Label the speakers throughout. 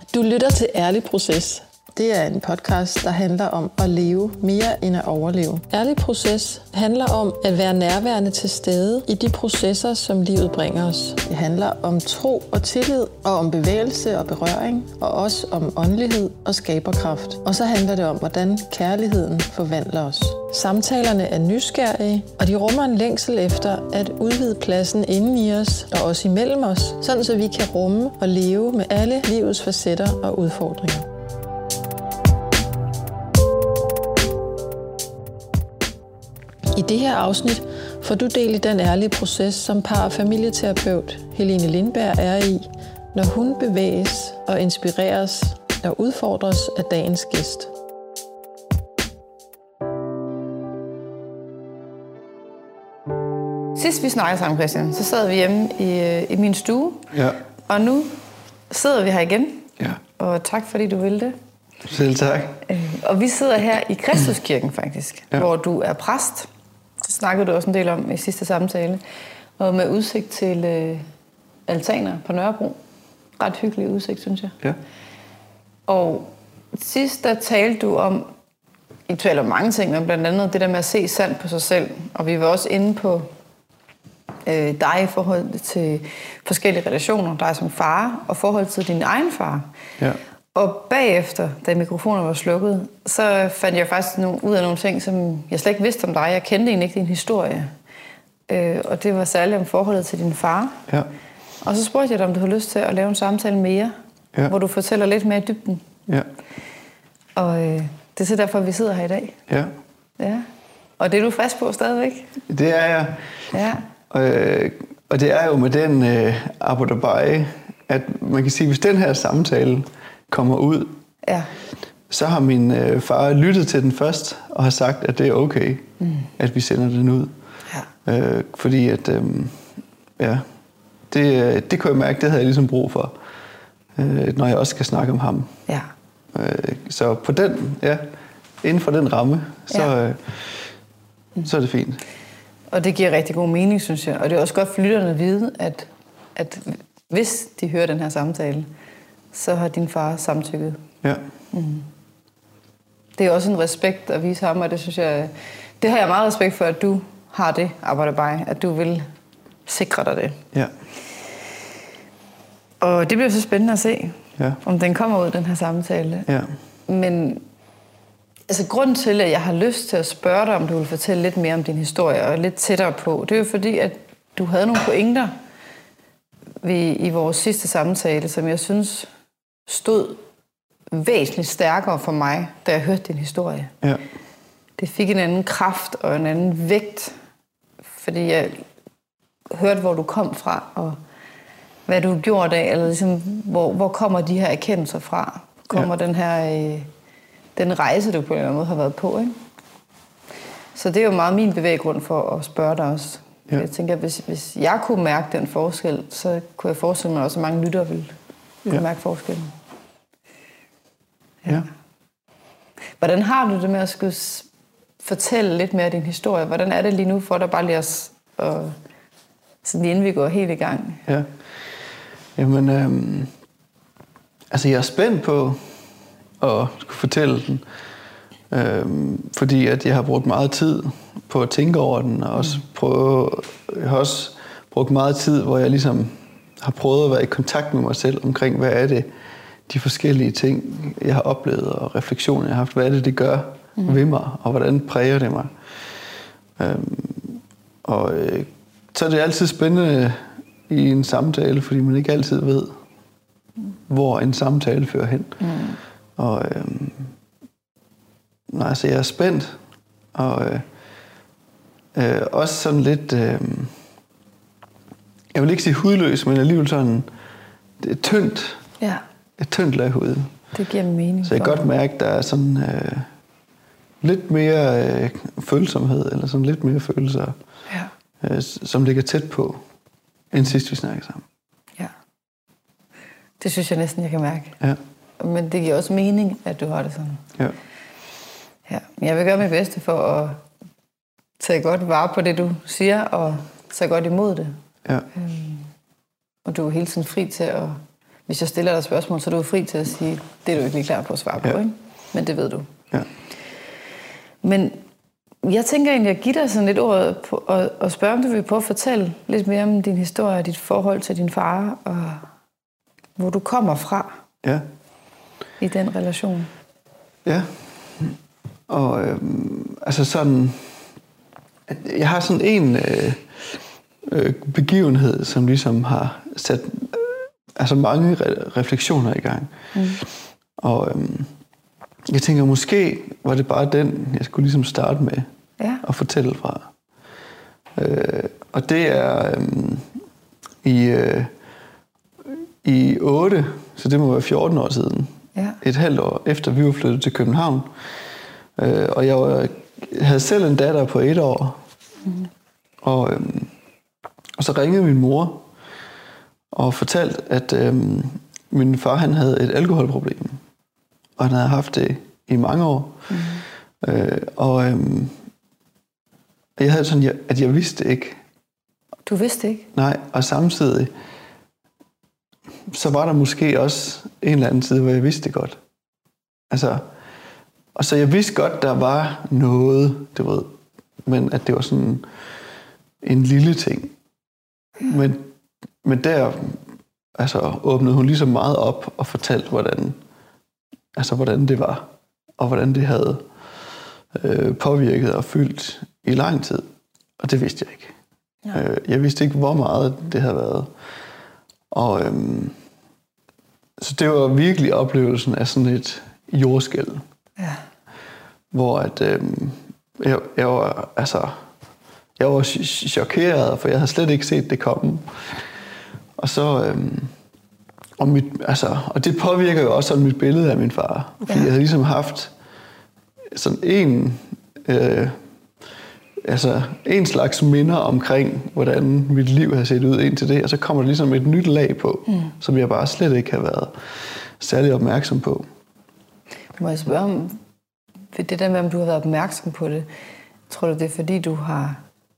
Speaker 1: Du lytter til Ærlig Proces. Det er en podcast, der handler om at leve mere end at overleve. Ærlig Proces handler om at være nærværende til stede i de processer, som livet bringer os. Det handler om tro og tillid, og om bevægelse og berøring, og også om åndelighed og skaberkraft. Og så handler det om, hvordan kærligheden forvandler os. Samtalerne er nysgerrige, og de rummer en længsel efter at udvide pladsen inden i os og også imellem os, sådan så vi kan rumme og leve med alle livets facetter og udfordringer. I det her afsnit får du del i den ærlige proces, som par- og familieterapeut Helene Lindberg er i, når hun bevæges og inspireres og udfordres af dagens gæst.
Speaker 2: Sidst vi snakkede sammen, Christian, så sad vi hjemme i min stue,
Speaker 3: ja.
Speaker 2: Og nu sidder vi her igen,
Speaker 3: ja.
Speaker 2: Og tak fordi du ville det.
Speaker 3: Selv tak.
Speaker 2: Og vi sidder her i Kristuskirken faktisk, hvor du er præst. Det snakkede du også en del om i sidste samtale, og med udsigt til altaner på Nørrebro. Ret hyggelig udsigt, synes jeg.
Speaker 3: Ja.
Speaker 2: Og sidst der talte du om, I taler om mange ting, men blandt andet det der med at se sandt på sig selv, og vi var også inde på dig i forhold til forskellige relationer, dig som far, og forhold til din egen far.
Speaker 3: Ja.
Speaker 2: Og bagefter, da mikrofonen var slukket, så fandt jeg faktisk ud af nogle ting, som jeg slet ikke vidste om dig. Jeg kendte egentlig ikke din historie. Og det var særligt om forholdet til din far.
Speaker 3: Ja.
Speaker 2: Og så spurgte jeg dig, om du havde lyst til at lave en samtale mere, hvor du fortæller lidt mere i dybden.
Speaker 3: Ja.
Speaker 2: Og det er så derfor, vi sidder her i dag.
Speaker 3: Ja.
Speaker 2: Ja. Og det er du frisk på stadigvæk?
Speaker 3: Det er jeg.
Speaker 2: Ja.
Speaker 3: Og det er jo med den arbejde, at man kan sige, hvis den her samtale kommer ud, så har min far lyttet til den først, og har sagt, at det er okay, at vi sender den ud. Ja. Fordi at, det kunne jeg mærke, det havde jeg ligesom brug for, når jeg også skal snakke om ham.
Speaker 2: Ja.
Speaker 3: Så på den, inden for den ramme, så er det fint.
Speaker 2: Og det giver rigtig god mening, synes jeg. Og det er også godt for lytterne at vide, at hvis de hører den her samtale, så har din far samtykket.
Speaker 3: Ja.
Speaker 2: Det er også en respekt at vise ham, og det synes jeg, det har jeg meget respekt for, at du har det, arbejder bare, at du vil sikre dig det.
Speaker 3: Ja.
Speaker 2: Og det bliver så spændende at se, om den kommer ud, den her samtale.
Speaker 3: Ja.
Speaker 2: Men altså, grunden til, at jeg har lyst til at spørge dig, om du vil fortælle lidt mere om din historie, og lidt tættere på, det er jo fordi, at du havde nogle pointer i vores sidste samtale, som jeg synes stod væsentligt stærkere for mig, da jeg hørte din historie.
Speaker 3: Ja. Det
Speaker 2: fik en anden kraft og en anden vægt, fordi jeg hørte, hvor du kom fra, og hvad du gjorde af, eller ligesom, hvor kommer de her erkendelser fra? Kommer den rejse, du på en eller anden måde har været på, ikke? Så det er jo meget min bevæggrund for at spørge dig også. Ja. Jeg tænker, at hvis jeg kunne mærke den forskel, så kunne jeg forestille mig også, at mange lyttere ville kunne mærke forskellen. Ja. Hvordan har du det med at skulle fortælle lidt mere af din historie? Hvordan er det lige nu for dig bare lige at sådan inden vi går helt i gang?
Speaker 3: Ja. Jamen, jeg er spændt på at fortælle den, fordi at jeg har brugt meget tid på at tænke over den, og jeg har også brugt meget tid, hvor jeg ligesom har prøvet at være i kontakt med mig selv omkring, hvad er det, de forskellige ting, jeg har oplevet, og refleksioner, jeg har haft, hvad er det gør ved mig, og hvordan præger det mig. Så er det altid spændende i en samtale, fordi man ikke altid ved, hvor en samtale fører hen. Og så jeg er spændt, og også sådan lidt, jeg vil ikke sige hudløs, men alligevel sådan, det er tyndt.
Speaker 2: Ja.
Speaker 3: Et tyndt lag hud.
Speaker 2: Det giver mening.
Speaker 3: Så jeg kan godt mærke, at der er sådan lidt mere følsomhed, eller sådan lidt mere følelser, som ligger tæt på, end sidst vi snakkede sammen.
Speaker 2: Ja. Det synes jeg næsten, jeg kan mærke.
Speaker 3: Ja.
Speaker 2: Men det giver også mening, at du har det sådan.
Speaker 3: Ja.
Speaker 2: Ja. Jeg vil gøre mit bedste for at tage godt vare på det, du siger, og tage godt imod det.
Speaker 3: Ja.
Speaker 2: Og du er hele tiden fri til at hvis jeg stiller dig spørgsmål, så er du fri til at sige, det er du ikke lige klar på at svare på, ikke? Men det ved du.
Speaker 3: Ja.
Speaker 2: Men jeg tænker egentlig at give dig sådan lidt ord på, og spørge, om du vil prøve at fortælle lidt mere om din historie, dit forhold til din far, og hvor du kommer fra i den relation.
Speaker 3: Ja. Og altså sådan, jeg har sådan en begivenhed, som ligesom har sat altså mange refleksioner i gang. Og jeg tænker, måske var det bare den, jeg skulle ligesom starte med at fortælle fra. Og det er i 8, så det må være 14 år siden. Ja. Et halvt år efter vi var flyttet til København. Og jeg havde selv en datter på 1 år. Og så ringede min mor og fortalte, at min far han havde et alkoholproblem. Og han havde haft det i mange år. Jeg havde sådan, at jeg vidste ikke.
Speaker 2: Du vidste ikke?
Speaker 3: Nej, og samtidig så var der måske også en eller anden side, hvor jeg vidste det godt. Altså, og så jeg vidste godt, der var noget, du ved, men at det var sådan en lille ting. Men der altså, åbnede hun ligesom meget op og fortalte, hvordan det var, og hvordan det havde påvirket og fyldt i lang tid. Og det vidste jeg ikke. Ja. Jeg vidste ikke, hvor meget det havde været. Og så det var virkelig oplevelsen af sådan et jordskælv. Ja. Hvor at jeg var chokeret, for jeg havde slet ikke set det komme. Og så og det påvirker jo også sådan mit billede af min far, fordi jeg havde ligesom haft sådan en slags minder omkring, hvordan mit liv har set ud indtil det, og så kommer der ligesom et nyt lag på, som jeg bare slet ikke har været særlig opmærksom på.
Speaker 2: Må jeg spørge om det der med, om du har været opmærksom på det? Tror du, det er fordi, du har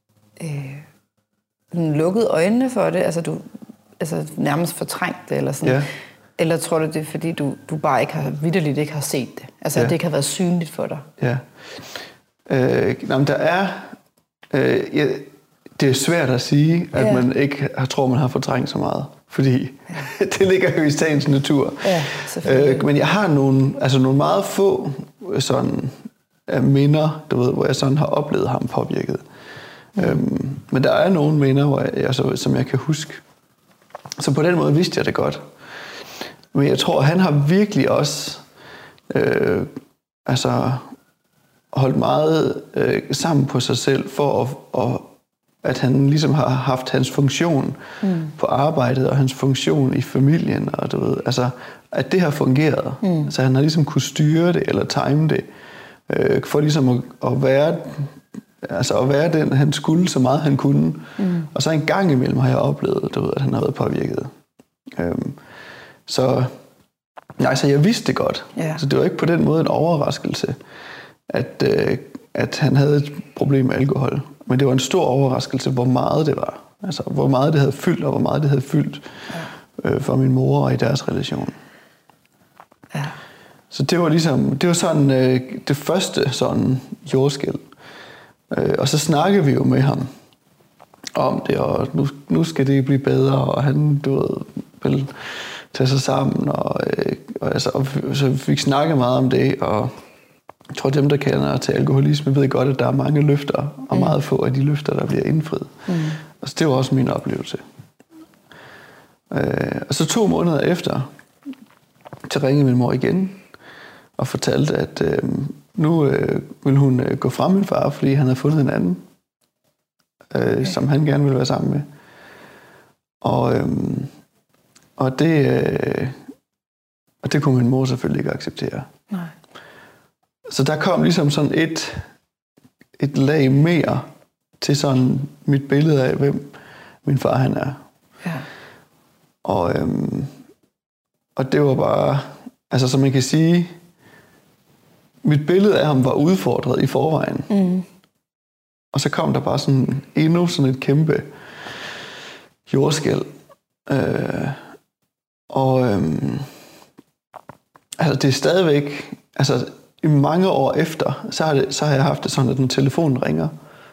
Speaker 2: lukket øjnene for det? Altså, du nærmest fortrængt det, eller sådan? Ja. Eller tror du, det er fordi, du bare vitterligt ikke har set det? Altså, at det ikke har været synligt for dig?
Speaker 3: Ja. Der er... det er svært at sige, at man ikke tror, man har fortrængt så meget. Fordi det ligger jo i sagens natur. Ja, men jeg har nogle meget få sådan, minder, du ved, hvor jeg sådan har oplevet ham påvirket. Men der er nogle minder, hvor som jeg kan huske. Så på den måde vidste jeg det godt. Men jeg tror, han har virkelig også holdt meget sammen på sig selv for at han ligesom har haft hans funktion på arbejdet og hans funktion i familien, og du ved, altså at det har fungeret. Så han har ligesom kunne styre det eller time det for ligesom at være den han skulle så meget han kunne. Og så en gang imellem har jeg oplevet, du ved, at han har været påvirket. Så jeg vidste det godt. Yeah. Så det var ikke på den måde en overraskelse, at han havde et problem med alkohol. Men det var en stor overraskelse, hvor meget det var. Altså, hvor meget det havde fyldt, og hvor meget det havde fyldt for min mor og i deres relation. Ja. Så det var sådan det første sådan jordskælv. Og så snakkede vi jo med ham om det, og nu skal det blive bedre, og han, du ved, vil tage sig sammen, og så vi fik snakket meget om det, og jeg tror, dem, der kender til alkoholisme, ved godt, at der er mange løfter, og meget få af de løfter, der bliver indfriet. Og så det var også min oplevelse. Og så 2 måneder efter, så ringede min mor igen, og fortalte, at nu ville hun gå fra min far, fordi han havde fundet en anden, som han gerne ville være sammen med. Og det kunne min mor selvfølgelig ikke acceptere. Nej. Så der kom ligesom sådan et lag mere til sådan mit billede af, hvem min far han er. Ja. Og det var bare, altså som man kan sige, mit billede af ham var udfordret i forvejen. Og så kom der bare sådan endnu sådan et kæmpe jordskælv. Og altså det er stadigvæk, altså i mange år efter, så har jeg haft det sådan, at når telefonen ringer,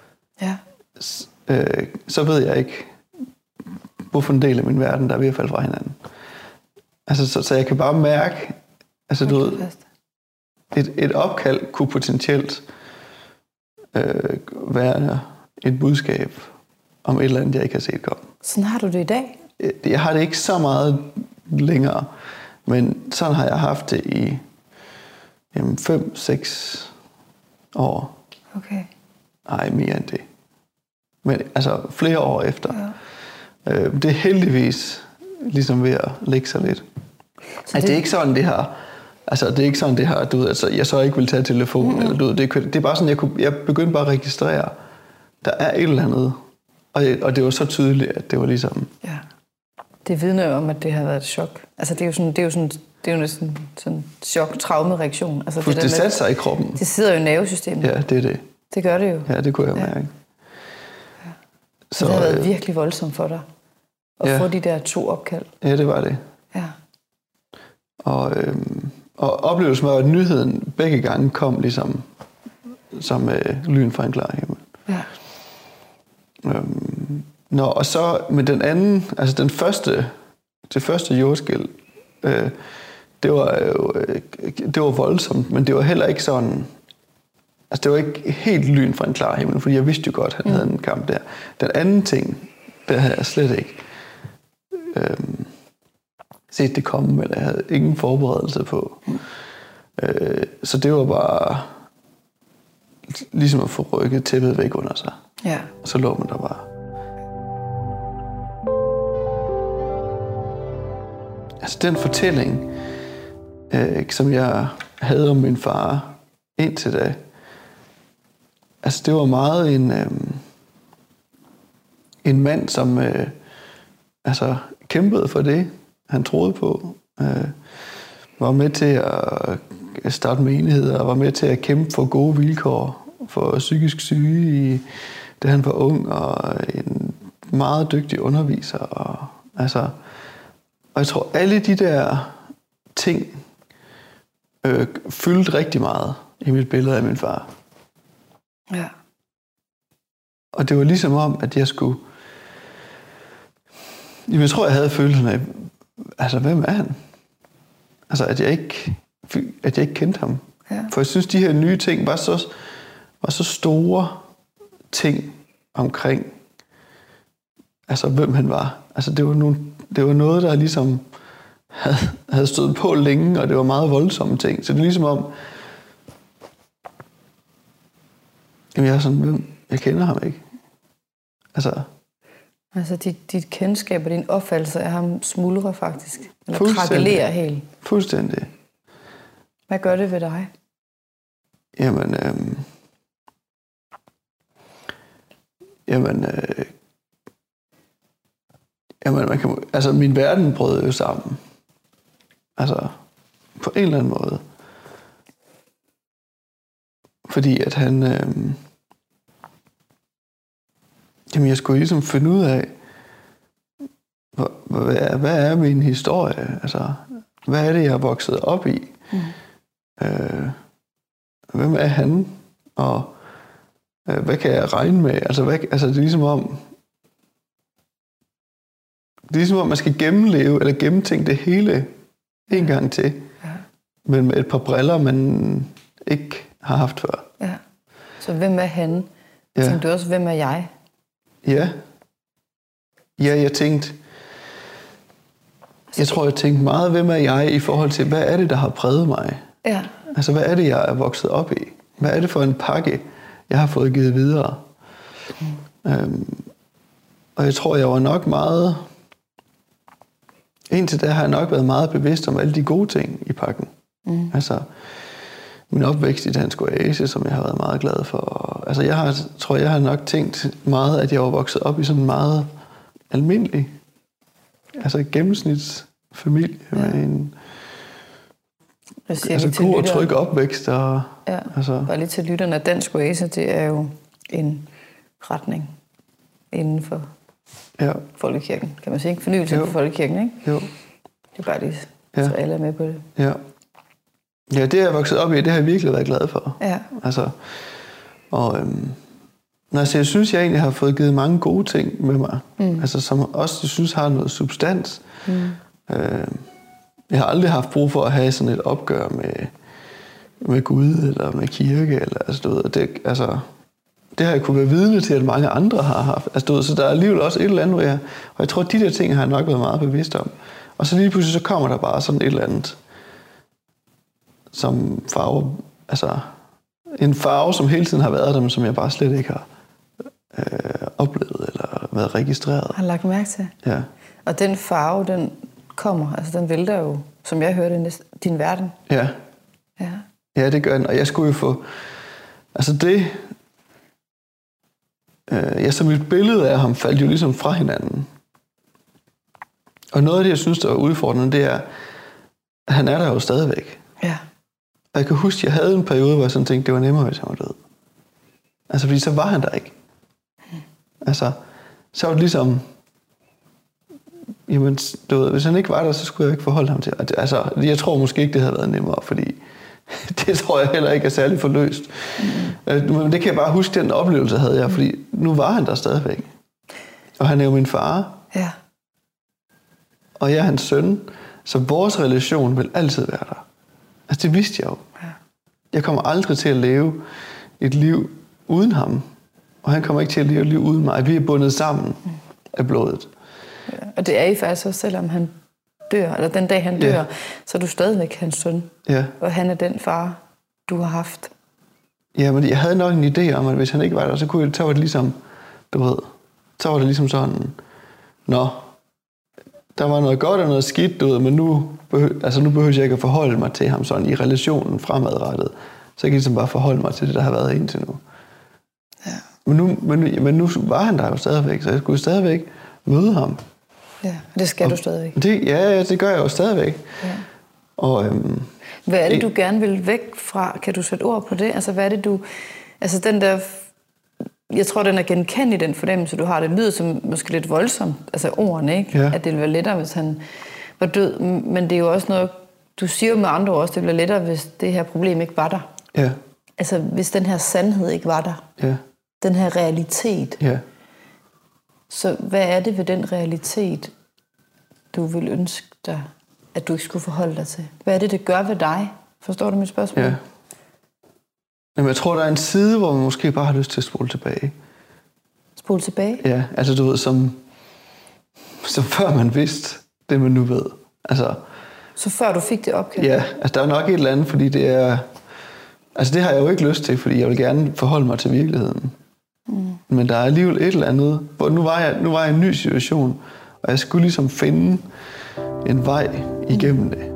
Speaker 3: så ved jeg ikke, hvorfor en del af min verden, der er ved at falde fra hinanden. Altså, så jeg kan bare mærke, altså du ved, et opkald kunne potentielt være et budskab om et eller andet, jeg ikke har set komme.
Speaker 2: Sådan har du det i dag?
Speaker 3: Jeg har det ikke så meget længere, men sådan har jeg haft det i 5-6 år.
Speaker 2: Okay.
Speaker 3: Nej, mere end det. Men altså flere år efter. Ja. Det er heldigvis ligesom ved at lægge sig lidt. Altså, det er ikke sådan, det her... Altså, det er ikke sådan, det her, du ved, altså, jeg så ikke vil tage telefonen, eller du ved, det er bare sådan, jeg begyndte bare at registrere, der er et eller andet, og det var så tydeligt, at det var ligesom...
Speaker 2: Ja. Det vidner jo om, at det har været et chok. Altså, det er jo næsten sådan en chok-traume-reaktion. Altså,
Speaker 3: det satte sig i kroppen.
Speaker 2: Det sidder jo i nervesystemet.
Speaker 3: Ja, det er det.
Speaker 2: Det gør det jo.
Speaker 3: Ja, det kunne jeg mærke.
Speaker 2: Ja. Så det har været virkelig voldsomt for dig, at få de der 2 opkald.
Speaker 3: Ja, det var det.
Speaker 2: Ja.
Speaker 3: Og oplevelsen var, at nyheden begge gange kom ligesom som lyn fra en klar himmel.
Speaker 2: Ja.
Speaker 3: Og så med den anden, altså det første jordskælv, det var voldsomt, men det var heller ikke sådan, altså det var ikke helt lyn fra en klar himmel, fordi jeg vidste jo godt, at han havde en kamp der. Den anden ting, der havde jeg slet ikke set det komme, eller jeg havde ingen forberedelse på. Så det var bare ligesom at få rykket tæppet væk under sig.
Speaker 2: Ja.
Speaker 3: Og så lå man der bare. Altså den fortælling, som jeg havde om min far indtil da, altså det var meget en mand, som altså kæmpede for det, han troede på, var med til at starte menigheder, og var med til at kæmpe for gode vilkår for psykisk syge, da han var ung, og en meget dygtig underviser. Og jeg tror, alle de der ting fyldte rigtig meget i mit billede af min far.
Speaker 2: Ja.
Speaker 3: Og det var ligesom om, at jeg skulle... Jamen, jeg tror, jeg havde følelsen af, altså, hvem er han? Altså, at jeg ikke kendte ham.
Speaker 2: Ja.
Speaker 3: For jeg synes, de her nye ting var så store ting omkring, altså, hvem han var. Altså, det var noget, der ligesom havde stået på længe, og det var meget voldsomme ting. Så det er ligesom om, jamen, jeg er sådan, hvem? Jeg kender ham ikke.
Speaker 2: Altså dit kendskab og din opfattelse af ham smuldrer faktisk. Eller krakelerer helt.
Speaker 3: Fuldstændig.
Speaker 2: Hvad gør det ved dig?
Speaker 3: Jamen, man kan, altså min verden brød jo sammen. Altså, på en eller anden måde. Fordi at han... Jamen, jeg skulle ligesom finde ud af, hvad er min historie? Altså, hvad er det, jeg er vokset op i? Hvem er han? Og hvad kan jeg regne med? Altså, det er ligesom om... Det er ligesom om, man skal gennemleve eller gennemtænke det hele en gang til. Ja. Men med et par briller, man ikke har haft før.
Speaker 2: Ja. Så hvem er han? Ja. Tænkte du også, hvem er jeg?
Speaker 3: Ja. Ja, jeg tænkte meget, hvem er jeg i forhold til, hvad er det, der har præget mig? Ja. Altså, hvad er det, jeg er vokset op i? Hvad er det for en pakke, jeg har fået givet videre? Og jeg tror, jeg var nok meget... Indtil da har jeg nok været meget bevidst om alle de gode ting i pakken. Altså, min opvækst i Dansk Oase, som jeg har været meget glad for. Altså, jeg har nok tænkt meget, at jeg var vokset op i sådan en meget almindelig, altså gennemsnitsfamilie med en god og tryg opvækst. Og,
Speaker 2: ja, altså. Bare lige til lytterne, at Dansk Oase, det er jo en retning inden for folkekirken, kan man sige. Fornyelse for folkekirken, ikke?
Speaker 3: Jo.
Speaker 2: Det er bare lige, så alle er med på det.
Speaker 3: Ja. Ja, det har jeg vokset op i, det har jeg virkelig været glad for.
Speaker 2: Ja.
Speaker 3: Altså, og jeg synes, jeg egentlig har fået givet mange gode ting med mig. Altså, som også, jeg synes, har noget substans. Jeg har aldrig haft brug for at have sådan et opgør med Gud, eller med kirke, eller altså, du ved, det har jeg kunne være vidne til, at mange andre har haft. Altså, du ved, så der er alligevel også et eller andet, og jeg tror, de der ting har jeg nok været meget bevidst om. Og så lige pludselig, så kommer der bare sådan et eller andet, som farve, altså en farve, som hele tiden har været der, men som jeg bare slet ikke har oplevet, eller været registreret.
Speaker 2: Har lagt mærke til.
Speaker 3: Ja.
Speaker 2: Og den farve, den kommer, altså den vælter jo, som jeg hørte, din verden.
Speaker 3: Ja.
Speaker 2: Ja.
Speaker 3: Ja, det gør den, og jeg skulle jo få, altså det, så mit billede af ham faldt jo ligesom fra hinanden. Og noget af det, jeg synes, der var udfordrende, det er, at han er der jo stadigvæk.
Speaker 2: Ja.
Speaker 3: Og jeg kan huske, at jeg havde en periode, hvor jeg sådan tænkte, det var nemmere, hvis han var død. Altså, fordi så var han der ikke. Altså, så var det ligesom, jamen, du ved, hvis han ikke var der, så skulle jeg ikke forholde ham til. Altså, jeg tror måske ikke, det havde været nemmere, fordi det tror jeg heller ikke er særlig forløst. Men det kan jeg bare huske, den oplevelse havde jeg, fordi nu var han der stadigvæk. Og han er jo min far.
Speaker 2: Ja.
Speaker 3: Og jeg er hans søn, så vores relation vil altid være der. Altså, det vidste jeg jo.
Speaker 2: Ja.
Speaker 3: Jeg kommer aldrig til at leve et liv uden ham. Og han kommer ikke til at leve et liv uden mig. Vi er bundet sammen af blodet.
Speaker 2: Ja. Og det er I faktisk også, selvom han dør, eller den dag han dør,
Speaker 3: Ja.
Speaker 2: så er du stadigvæk hans søn.
Speaker 3: Ja.
Speaker 2: Og han er den far, du har haft.
Speaker 3: Ja, men jeg havde nok en idé om, at hvis han ikke var der, så var det ligesom, du ved, så var det ligesom sådan, der var noget godt og noget skidt, du ved, men nu behøver jeg ikke at forholde mig til ham sådan i relationen fremadrettet. Så jeg kan ligesom bare forholde mig til det, der har været indtil nu.
Speaker 2: Ja.
Speaker 3: Men nu var han der jo stadigvæk, så jeg skulle stadigvæk møde ham.
Speaker 2: Ja, og det skal du stadigvæk.
Speaker 3: Det gør jeg jo stadigvæk.
Speaker 2: Ja.
Speaker 3: Og,
Speaker 2: hvad er det, du gerne vil væk fra? Kan du sætte ord på det? Altså, hvad er det, du... Altså, den der... Jeg tror, den er genkendelig, den fornemmelse, du har. Det lyder som måske lidt voldsomt, altså ordene, ikke?
Speaker 3: Ja.
Speaker 2: At det ville være lettere, hvis han var død. Men det er jo også noget... Du siger jo med andre ord også, det ville være lettere, hvis det her problem ikke var der.
Speaker 3: Ja.
Speaker 2: Altså, hvis den her sandhed ikke var der.
Speaker 3: Ja.
Speaker 2: Den her realitet.
Speaker 3: Ja.
Speaker 2: Så hvad er det ved den realitet, du vil ønske dig, at du ikke skulle forholde dig til? Hvad er det, det gør ved dig? Forstår du mit spørgsmål?
Speaker 3: Ja. Jamen, jeg tror, der er en side, hvor man måske bare har lyst til at spole tilbage.
Speaker 2: Spole tilbage?
Speaker 3: Ja, altså du ved, som før man vidste det, man nu ved. Altså,
Speaker 2: så før du fik det opkald?
Speaker 3: Ja, altså der er nok et eller andet, fordi det er... Altså det har jeg jo ikke lyst til, fordi jeg vil gerne forholde mig til virkeligheden. Men der er alligevel et eller andet, hvor nu var jeg i en ny situation, og jeg skulle ligesom finde en vej igennem det.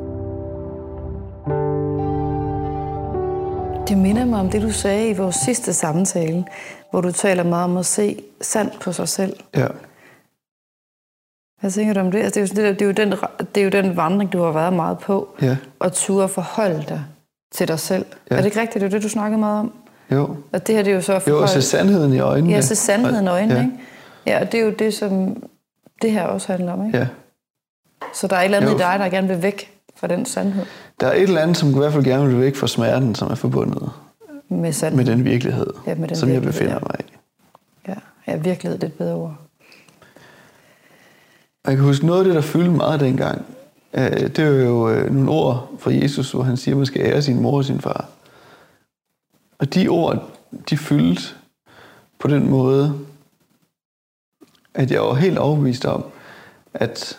Speaker 2: Det minder mig om det, du sagde i vores sidste samtale, hvor du taler meget om at se sandt på sig selv.
Speaker 3: Ja.
Speaker 2: Hvad tænker du om det? Altså, det er jo den vandring, du har været meget på,
Speaker 3: Ja.
Speaker 2: og turde forholde dig til dig selv.
Speaker 3: Ja.
Speaker 2: Er det ikke rigtigt? Det er det, du snakkede meget om?
Speaker 3: Jo.
Speaker 2: Og det her, det er jo så...
Speaker 3: Jo, at se sandheden i øjnene.
Speaker 2: Ja, se sandheden i øjnene,
Speaker 3: ja.
Speaker 2: ikke? Ja, og det er jo det, som det her også handler om, ikke?
Speaker 3: Ja.
Speaker 2: Så der er et eller andet i dig, der gerne vil væk fra den sandhed.
Speaker 3: Der er et eller andet, som i hvert fald gerne vil væk fra smerten, som er forbundet
Speaker 2: med
Speaker 3: den virkelighed,
Speaker 2: ja, med den
Speaker 3: som
Speaker 2: virkelighed,
Speaker 3: jeg befinder mig i.
Speaker 2: Ja, virkelighed, det er et bedre ord.
Speaker 3: Og jeg kan huske noget af det, der fyldte meget dengang. Det er jo nogle ord fra Jesus, hvor han siger, at man skal ære sin mor og sin far. Og de ord, de fyldte på den måde, at jeg var helt overbevist om, at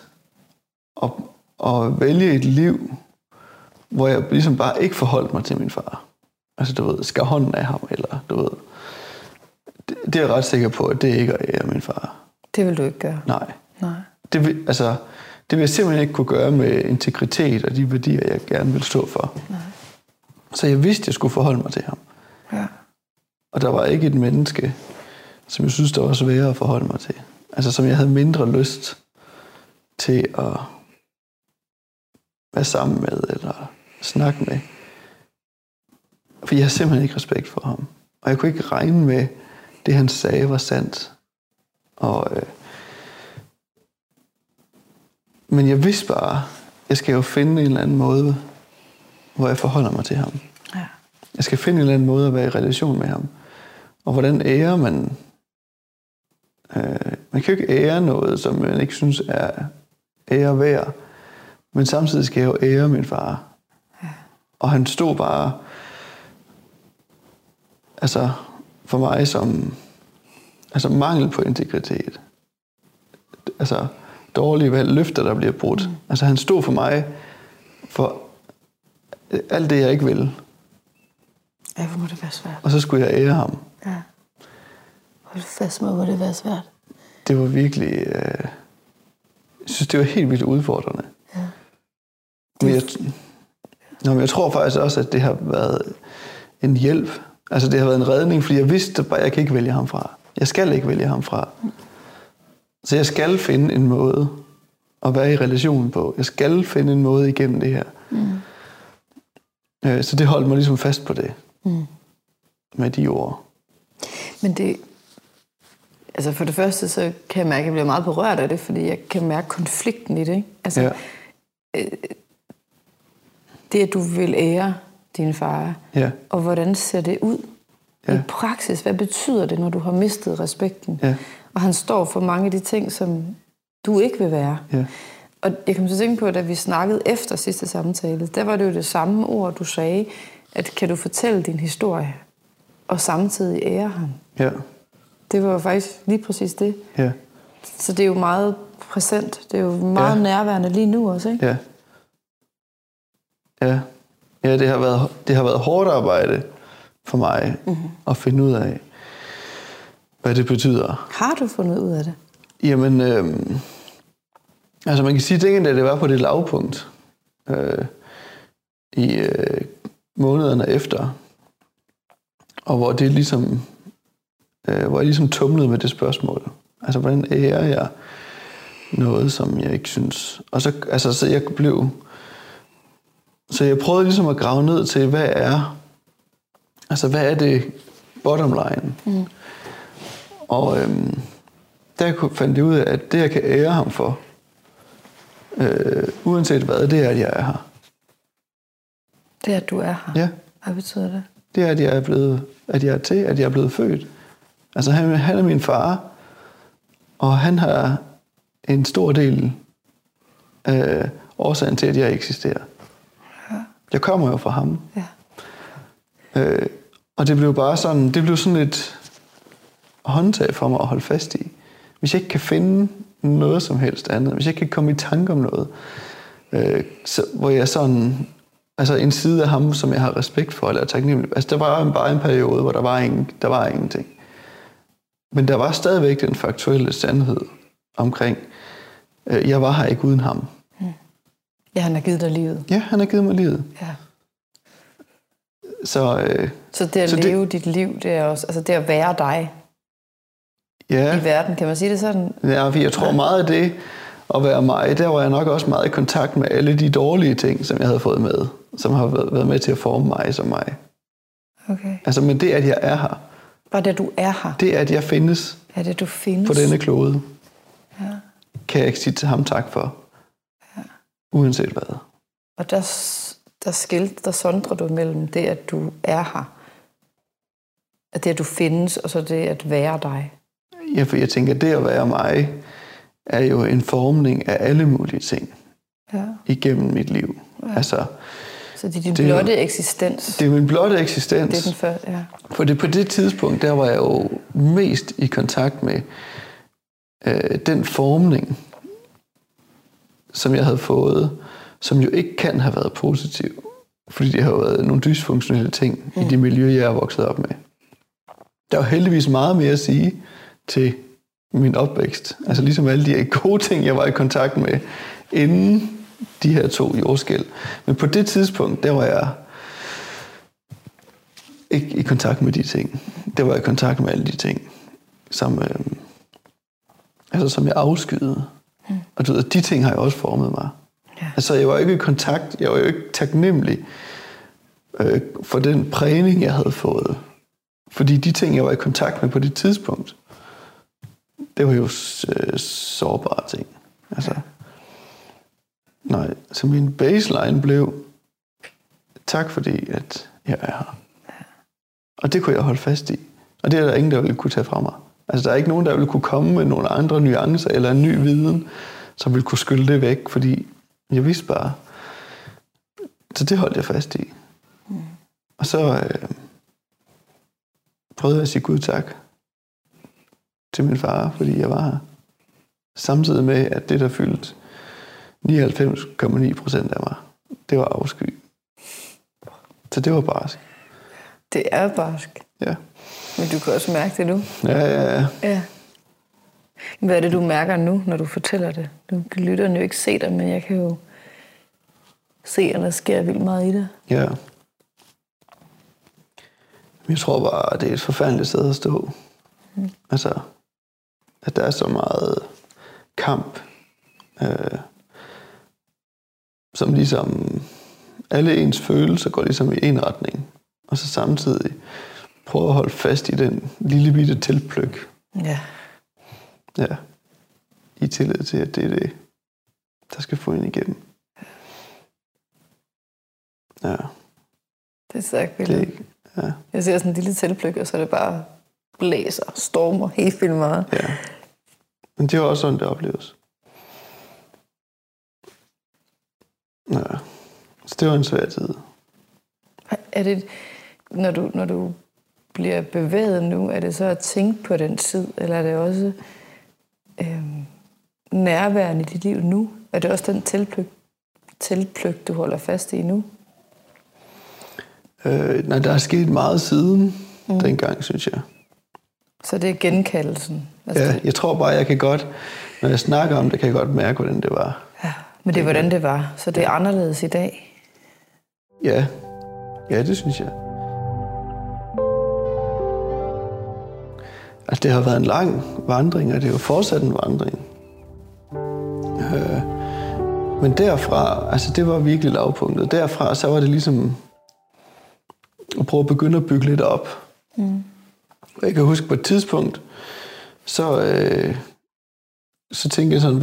Speaker 3: vælge et liv, hvor jeg ligesom bare ikke forholdt mig til min far. Altså, du ved, skar hånden af ham, eller du ved. Det er jeg ret sikker på, at det ikke er at ære min far.
Speaker 2: Det vil du ikke gøre?
Speaker 3: Nej.
Speaker 2: Nej.
Speaker 3: Det vil jeg simpelthen ikke kunne gøre med integritet og de værdier, jeg gerne vil stå for.
Speaker 2: Nej.
Speaker 3: Så jeg vidste, at jeg skulle forholde mig til ham.
Speaker 2: Ja.
Speaker 3: Og der var ikke et menneske, som jeg synes, der var sværere at forholde mig til. Altså, som jeg havde mindre lyst til at være sammen med, eller snakke med. For jeg har simpelthen ikke respekt for ham. Og jeg kunne ikke regne med, det han sagde var sandt. Men jeg vidste bare, jeg skal jo finde en eller anden måde hvor jeg forholder mig til ham.
Speaker 2: Ja.
Speaker 3: Jeg skal finde en eller anden måde at være i relation med ham. Og hvordan ærer man... man kan jo ikke ære noget, som man ikke synes er ære værd. Men samtidig skal jeg jo ære min far. Ja. Og han stod bare... Altså, for mig som... Altså, mangel på integritet. Altså, dårlige valg, løfter, der bliver brudt. Altså, han stod for mig for alt det, jeg ikke ville.
Speaker 2: Ja, hvor må det være svært.
Speaker 3: Og så skulle jeg ære ham.
Speaker 2: Ja. Hold fast med, hvor det var svært.
Speaker 3: Det var virkelig... jeg synes, det var helt vildt udfordrende. Ja. Men jeg tror faktisk også, at det har været en hjælp. Altså, det har været en redning, fordi jeg vidste bare, at jeg kan ikke vælge ham fra. Jeg skal ikke vælge ham fra. Så jeg skal finde en måde at være i relationen på. Jeg skal finde en måde igennem det her. Så det holdt mig ligesom fast på det. Med de ord.
Speaker 2: Men det... Altså for det første, så kan jeg mærke, at jeg bliver meget berørt af det, fordi jeg kan mærke konflikten i det. Ikke? Altså,
Speaker 3: ja.
Speaker 2: Det, at du vil ære din far,
Speaker 3: ja.
Speaker 2: Og hvordan ser det ud i praksis? Hvad betyder det, når du har mistet respekten?
Speaker 3: Ja.
Speaker 2: Og han står for mange af de ting, som du ikke vil være.
Speaker 3: Ja.
Speaker 2: Og jeg kan så tænke på, at da vi snakkede efter sidste samtale, der var det jo det samme ord, du sagde, at kan du fortælle din historie, og samtidig ære ham?
Speaker 3: Ja.
Speaker 2: Det var jo faktisk lige præcis det.
Speaker 3: Ja.
Speaker 2: Så det er jo meget præsent. Det er jo meget nærværende lige nu også, ikke?
Speaker 3: Ja. Ja. Ja, det har været hårdt arbejde for mig at finde ud af, hvad det betyder.
Speaker 2: Har du fundet ud af det?
Speaker 3: Jamen, altså man kan sige, at det var på det lavpunkt i månederne efter, og hvor det ligesom, hvor jeg ligesom tumlede med det spørgsmål. Altså, hvordan ærer jeg noget, som jeg ikke synes? Og så jeg prøvede ligesom at grave ned til, hvad er det bottom line? Og der fandt jeg ud af, at det, jeg kan ære ham for, uanset hvad, det er, at jeg er her.
Speaker 2: Det er, at du er her?
Speaker 3: Ja.
Speaker 2: Hvad betyder det?
Speaker 3: Det er, at jeg er blevet født. Altså, han er min far, og han har en stor del af årsagen til, at jeg eksisterer. Ja. Jeg kommer jo fra ham.
Speaker 2: Ja.
Speaker 3: Og det blev bare sådan, et håndtag for mig at holde fast i. Hvis jeg ikke kan finde noget som helst andet, hvis jeg ikke kan komme i tanke om noget, hvor jeg sådan, altså en side af ham, som jeg har respekt for, eller taknemmelig. Altså der var bare en periode, hvor der var ingenting. Men der var stadigvæk den faktuelle sandhed omkring, jeg var her ikke uden ham.
Speaker 2: Ja, han har givet dig livet.
Speaker 3: Ja, han har givet mig livet.
Speaker 2: Ja.
Speaker 3: Så
Speaker 2: det at leve dit liv, det er også, altså det at være dig i verden, kan man sige det sådan?
Speaker 3: Ja, jeg tror meget af det at være mig, der var jeg nok også meget i kontakt med alle de dårlige ting, som jeg havde fået med, som har været med til at forme mig som mig.
Speaker 2: Okay.
Speaker 3: Altså, men det, at jeg er her.
Speaker 2: Bare det, at du er her.
Speaker 3: Det, at jeg findes.
Speaker 2: Ja, det, du findes.
Speaker 3: På denne klode.
Speaker 2: Ja.
Speaker 3: Kan jeg ikke sige til ham tak for. Ja. Uanset hvad.
Speaker 2: Og der sondrer du mellem det, at du er her, at det, at du findes, og så det at være dig.
Speaker 3: Ja, for jeg tænker, at det at være mig, er jo en formning af alle mulige ting igennem mit liv. Ja. Altså,
Speaker 2: så det er din blotte eksistens.
Speaker 3: Det er min blotte eksistens.
Speaker 2: Det er den første, ja.
Speaker 3: For på det tidspunkt, der var jeg jo mest i kontakt med den formning, som jeg havde fået, som jo ikke kan have været positiv, fordi det har været nogle dysfunktionelle ting i det miljø, jeg er vokset op med. Der var heldigvis meget mere at sige til min opvækst. Altså ligesom alle de gode ting, jeg var i kontakt med, inden de her 2 jordskælv. Men på det tidspunkt, der var jeg ikke i kontakt med de ting. Der var jeg i kontakt med alle de ting, som jeg afskyede. Og du ved, de ting har jeg også formet mig. Ja. Altså, jeg var ikke i kontakt, jeg var jo ikke taknemmelig for den prægning, jeg havde fået. Fordi de ting, jeg var i kontakt med på det tidspunkt, det var jo sårbare ting. Altså, nej, så min baseline blev, Tak fordi, at jeg er her. Og det kunne jeg holde fast i. Og det er der ingen, der ville kunne tage fra mig. Altså, der er ikke nogen, der ville kunne komme med nogle andre nuancer eller en ny viden, som ville kunne skylde det væk, fordi jeg vidste bare. Så det holdt jeg fast i. Og så prøvede jeg at sige Gud tak til min far, fordi jeg var her. Samtidig med, at det, der fyldte 99,9% af mig, det var afsky. Så det var barsk.
Speaker 2: Det er barsk.
Speaker 3: Ja.
Speaker 2: Men du kan også mærke det nu.
Speaker 3: Ja.
Speaker 2: Hvad er det, du mærker nu, når du fortæller det? Du kan lytterne jo ikke se dig, men jeg kan jo se, at der sker vildt meget i det.
Speaker 3: Ja. Jeg tror bare, at det er et forfærdeligt sted at stå. Altså, at der er så meget kamp, som ligesom alle ens følelser går ligesom i en retning, og så samtidig prøve at holde fast i den lille bitte tilpløk. Ja. I tillid til, at det er det, der skal få en igennem. Ja.
Speaker 2: Det er stærkt billede.
Speaker 3: Ja.
Speaker 2: Jeg ser sådan en lille tilpløk, og så er det bare blæser, stormer helt vildt meget.
Speaker 3: Ja. Men det er også sådan, det opleves. Ja. Så det var en svær tid.
Speaker 2: Er det, når du bliver bevæget nu, er det så at tænke på den tid, eller er det også nærværende i dit liv nu? Er det også den tilpløk, du holder fast i nu?
Speaker 3: Nej, der er sket meget siden dengang, synes jeg.
Speaker 2: Så det er genkaldelsen? Altså,
Speaker 3: Ja, jeg tror bare, jeg kan godt, når jeg snakker om det, kan jeg godt mærke, hvordan det var.
Speaker 2: Ja, men det er, hvordan det var. Så det er anderledes i dag?
Speaker 3: Ja, det synes jeg. Altså, det har været en lang vandring, og det er jo fortsat en vandring. Men derfra, altså det var virkelig lavpunktet. Derfra, så var det ligesom at prøve at begynde at bygge lidt op. Jeg kan huske på et tidspunkt, så tænkte jeg sådan,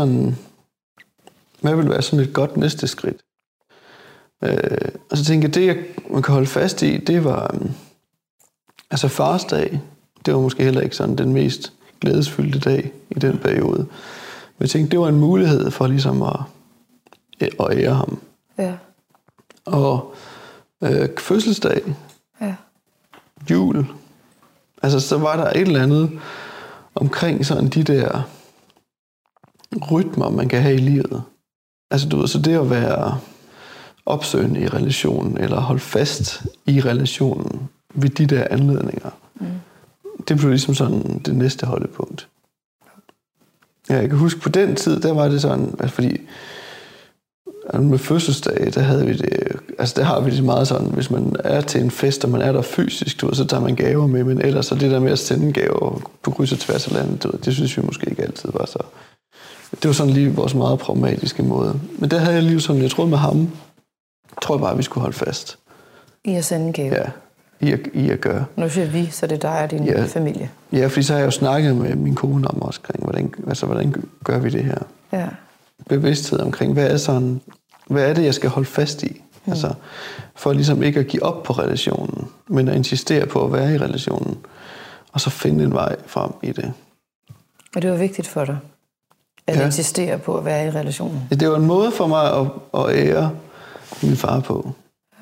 Speaker 3: hvad vil være sådan et godt næste skridt? Og så tænkte jeg, det man kan holde fast i, det var altså farsdag. Det var måske heller ikke sådan den mest glædesfyldte dag i den periode. Men jeg tænkte, det var en mulighed for ligesom at ære ham.
Speaker 2: Ja.
Speaker 3: Og fødselsdag, jul, altså så var der et eller andet omkring sådan de der rytmer, man kan have i livet. Altså du ved, så det at være opsøgende i relationen, eller holde fast i relationen ved de der anledninger, det blev ligesom sådan det næste holdepunkt. Ja, jeg kan huske på den tid, der var det sådan, altså fordi med fødselsdag, der havde vi det, altså der har vi det meget sådan, hvis man er til en fest, og man er der fysisk, du ved, så tager man gaver med, men ellers så det der med at sende gaver på kryds og tværs af landet, du ved, det synes vi måske ikke altid var så. Det var sådan lige vores meget pragmatiske måde. Men der havde jeg lige sådan, jeg troede med ham, tror jeg bare, vi skulle holde fast.
Speaker 2: I at sende gaver?
Speaker 3: Ja, i at gøre.
Speaker 2: Nu siger vi, så det er dig og din familie.
Speaker 3: Ja, fordi så har jeg jo snakket med min kone om også, hvordan gør vi det her?
Speaker 2: Ja.
Speaker 3: Bevidsthed omkring, hvad er det, jeg skal holde fast i? Altså, for ligesom ikke at give op på relationen, men at insistere på at være i relationen, og så finde en vej frem i det.
Speaker 2: Og det var vigtigt for dig, at insistere på at være i relationen?
Speaker 3: Ja, det var en måde for mig at ære min far på.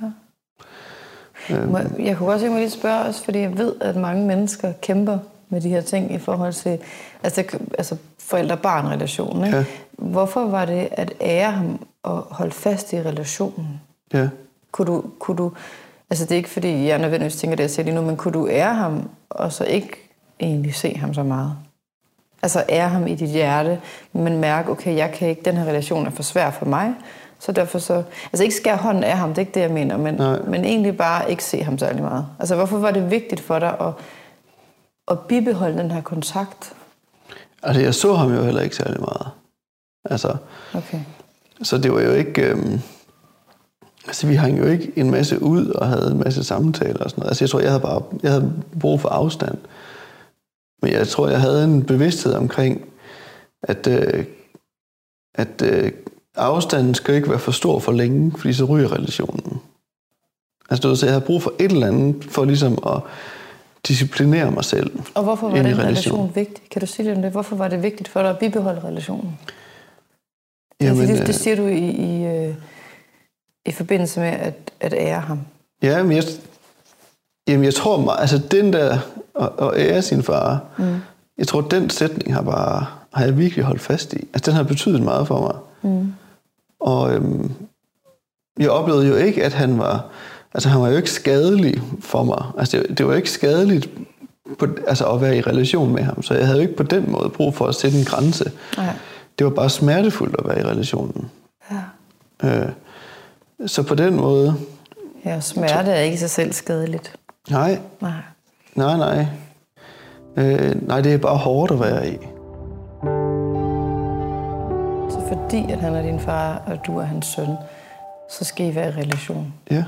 Speaker 2: Jeg kunne også lige spørge os, fordi jeg ved, at mange mennesker kæmper med de her ting i forhold til altså forældre-barn-relationen. Ikke? Ja. Hvorfor var det at ære ham og holde fast i relationen?
Speaker 3: Ja.
Speaker 2: Kunne du, altså det er ikke fordi, jeg nødvendigvis tænker det, jeg siger lige nu, men kunne du ære ham, og så ikke egentlig se ham så meget? Altså ære ham i dit hjerte, men mærke, okay, jeg kan ikke, den her relation er for svær for mig, så derfor så, altså ikke skære hånden af ham, det er ikke det, jeg mener, men egentlig bare ikke se ham særlig meget. Altså hvorfor var det vigtigt for dig at bibeholde den her kontakt?
Speaker 3: Altså jeg så ham jo heller ikke særlig meget. Altså,
Speaker 2: okay.
Speaker 3: Så det var jo ikke, altså vi hang jo ikke en masse ud og havde en masse samtaler og sådan noget. Altså jeg tror, jeg havde brug for afstand. Men jeg tror, jeg havde en bevidsthed omkring, at afstanden skal ikke være for stor for længe, fordi så ryger relationen. Altså, så jeg havde brug for et eller andet, for ligesom at disciplinere mig selv.
Speaker 2: Og hvorfor var den relation vigtig? Kan du sige lidt om det? Hvorfor var det vigtigt for dig at bibeholde relationen? Jamen, det siger du i forbindelse med at ære ham.
Speaker 3: Ja, men jeg tror, altså den der at ære sin far, jeg tror, den sætning har jeg virkelig holdt fast i. Altså, den har betydet meget for mig. Og jeg oplevede jo ikke, at han var jo ikke skadelig for mig. Altså, det var ikke skadeligt at være i relation med ham, så jeg havde jo ikke på den måde brug for at sætte en grænse. Nej. Det var bare smertefuldt at være i relationen. Ja. Så på den måde...
Speaker 2: Ja, smerte er ikke sig selv skadeligt.
Speaker 3: Nej. Nej, det er bare hårdt at være i.
Speaker 2: Så fordi at han er din far, og du er hans søn, så skal I være i relation?
Speaker 3: Ja.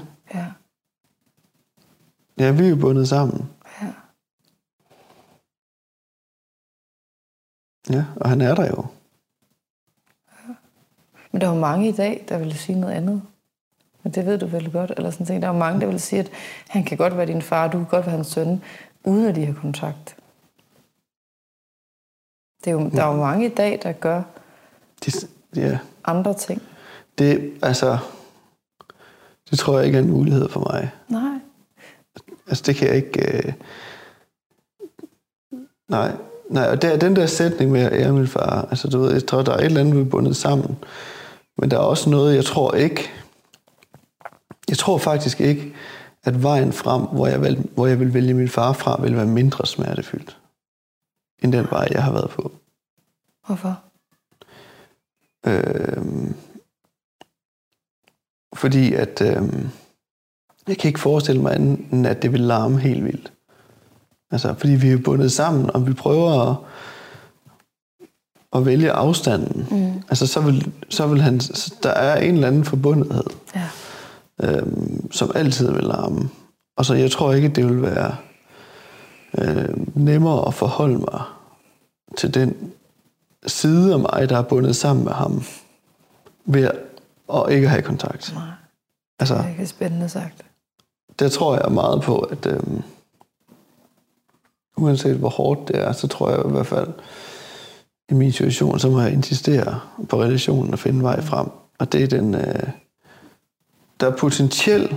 Speaker 3: Ja, vi er jo bundet sammen. Ja, og han er der jo.
Speaker 2: Ja. Men der er jo mange i dag, der vil sige noget andet. Men det ved du vel godt. Eller sådan ting. Der er jo mange, der vil sige, at han kan godt være din far, du kan godt være hans søn, uden at de har kontakt. Der er jo mange i dag, der gør andre ting.
Speaker 3: Det tror jeg ikke er en mulighed for mig.
Speaker 2: Nej.
Speaker 3: Altså, det kan jeg ikke... Nej, og den der sætning med at ære min far, altså du ved, jeg tror, der er et eller andet, vi er bundet sammen. Men der er også noget, jeg tror faktisk ikke, at vejen frem, hvor jeg vil vælge min far fra, vil være mindre smertefyldt, end den vej, jeg har været på.
Speaker 2: Hvorfor?
Speaker 3: Fordi at jeg kan ikke forestille mig anden, at det vil larme helt vildt. Altså, fordi vi er bundet sammen, og vi prøver at vælge afstanden. Altså, så vil han... Der er en eller anden forbundethed, som altid vil larme. Og så jeg tror ikke, det vil være nemmere at forholde mig til den side af mig, der er bundet sammen med ham, ved at ikke have kontakt.
Speaker 2: Nej, det er ikke spændende sagt.
Speaker 3: Der tror jeg meget på, at uanset hvor hårdt det er, så tror jeg i hvert fald, i min situation, så må jeg insistere på relationen og finde vej frem. Og det er den... der er potentiel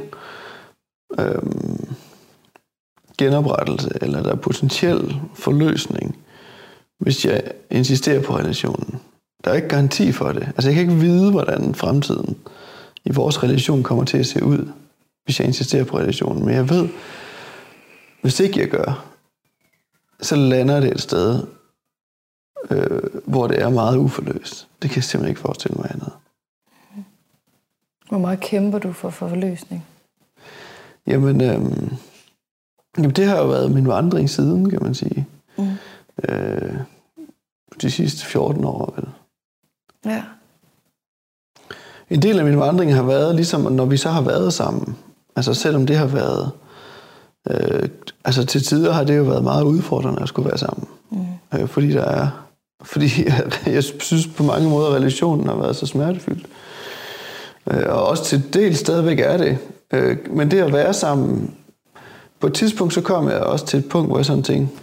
Speaker 3: genoprettelse, eller der er potentiel forløsning, hvis jeg insisterer på relationen. Der er ikke garanti for det. Altså, jeg kan ikke vide, hvordan fremtiden i vores relation kommer til at se ud, hvis jeg insisterer på relationen. Men jeg ved, hvis ikke jeg gør, så lander det et sted, hvor det er meget uforløst. Det kan jeg simpelthen ikke forestille mig andet.
Speaker 2: Hvor meget kæmper du for forløsning?
Speaker 3: Jamen, det har jo været min vandring siden, kan man sige. De sidste 14 år, vel.
Speaker 2: Ja.
Speaker 3: En del af min vandring har været, ligesom når vi så har været sammen. Altså selvom det har været... til tider har det jo været meget udfordrende at skulle være sammen. Fordi jeg synes på mange måder, relationen har været så smertefyldt. Og også til del stadigvæk er det. Men det at være sammen... På et tidspunkt så kom jeg også til et punkt, hvor jeg sådan tænkte...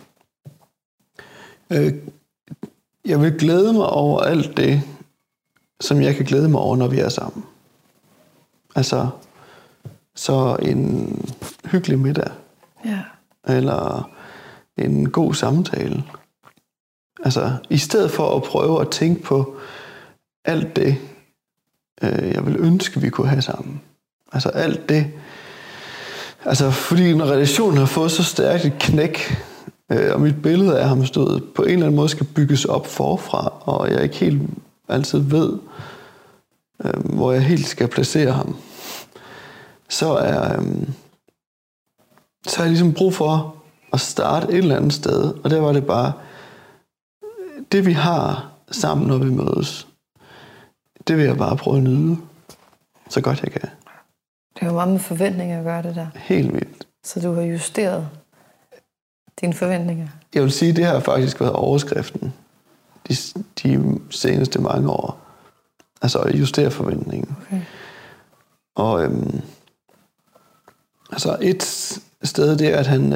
Speaker 3: Jeg vil glæde mig over alt det, som jeg kan glæde mig over, når vi er sammen. Altså, så en hyggelig middag.
Speaker 2: Ja.
Speaker 3: Eller en god samtale. Altså, i stedet for at prøve at tænke på alt det, jeg vil ønske, vi kunne have sammen. Altså, alt det. Altså, fordi når relationen har fået så stærkt et knæk, og mit billede af ham stod på en eller anden måde skal bygges op forfra, og jeg ikke helt altid ved, hvor jeg helt skal placere ham, så er jeg ligesom brug for at starte et eller andet sted, og der var det bare, det vi har sammen, når vi mødes, det vil jeg bare prøve at nyde, så godt jeg kan.
Speaker 2: Det er jo meget med forventninger at gøre det der.
Speaker 3: Helt vildt.
Speaker 2: Så du har justeret dine forventninger? Jeg
Speaker 3: vil sige, at det har faktisk været overskriften de seneste mange år. Altså at justere forventningen.
Speaker 2: Okay.
Speaker 3: Og Altså et sted, det er, at han,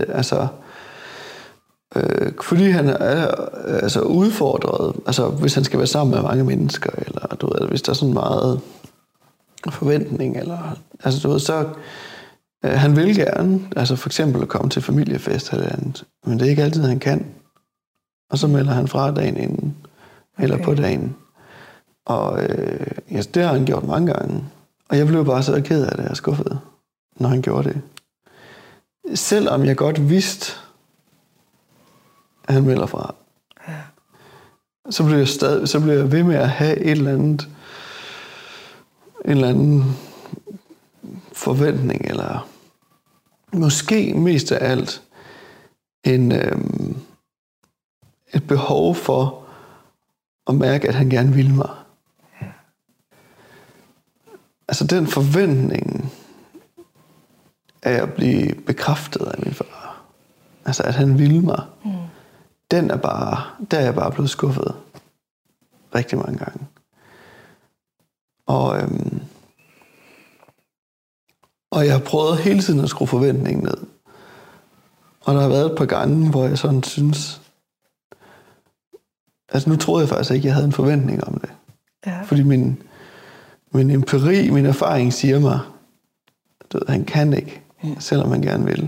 Speaker 3: fordi han er udfordret, altså hvis han skal være sammen med mange mennesker, eller du ved, hvis der er sådan meget forventning, eller, altså du ved, så han vil gerne, altså for eksempel at komme til familiefest eller andet, men det er ikke altid, han kan. Og så melder han fra dagen inden, eller på dagen. Og det har han gjort mange gange. Og jeg blev bare så ked af det og skuffet, når han gjorde det. Selvom jeg godt vidste, at han melder fra. Ja. Så blev jeg ved med at have en eller anden forventning, eller måske mest af alt et behov for at mærke, at han gerne vil mig. Ja. Altså den forventning af at blive bekræftet af min far, altså at han ville mig, der er jeg bare blevet skuffet rigtig mange gange. Og jeg har prøvet hele tiden at skrue forventningen ned. Og der har været et par gange, hvor jeg sådan synes, altså nu troede jeg faktisk ikke, jeg havde en forventning om det. Ja. Fordi min empiri, min erfaring siger mig, at han kan ikke, selvom han gerne vil.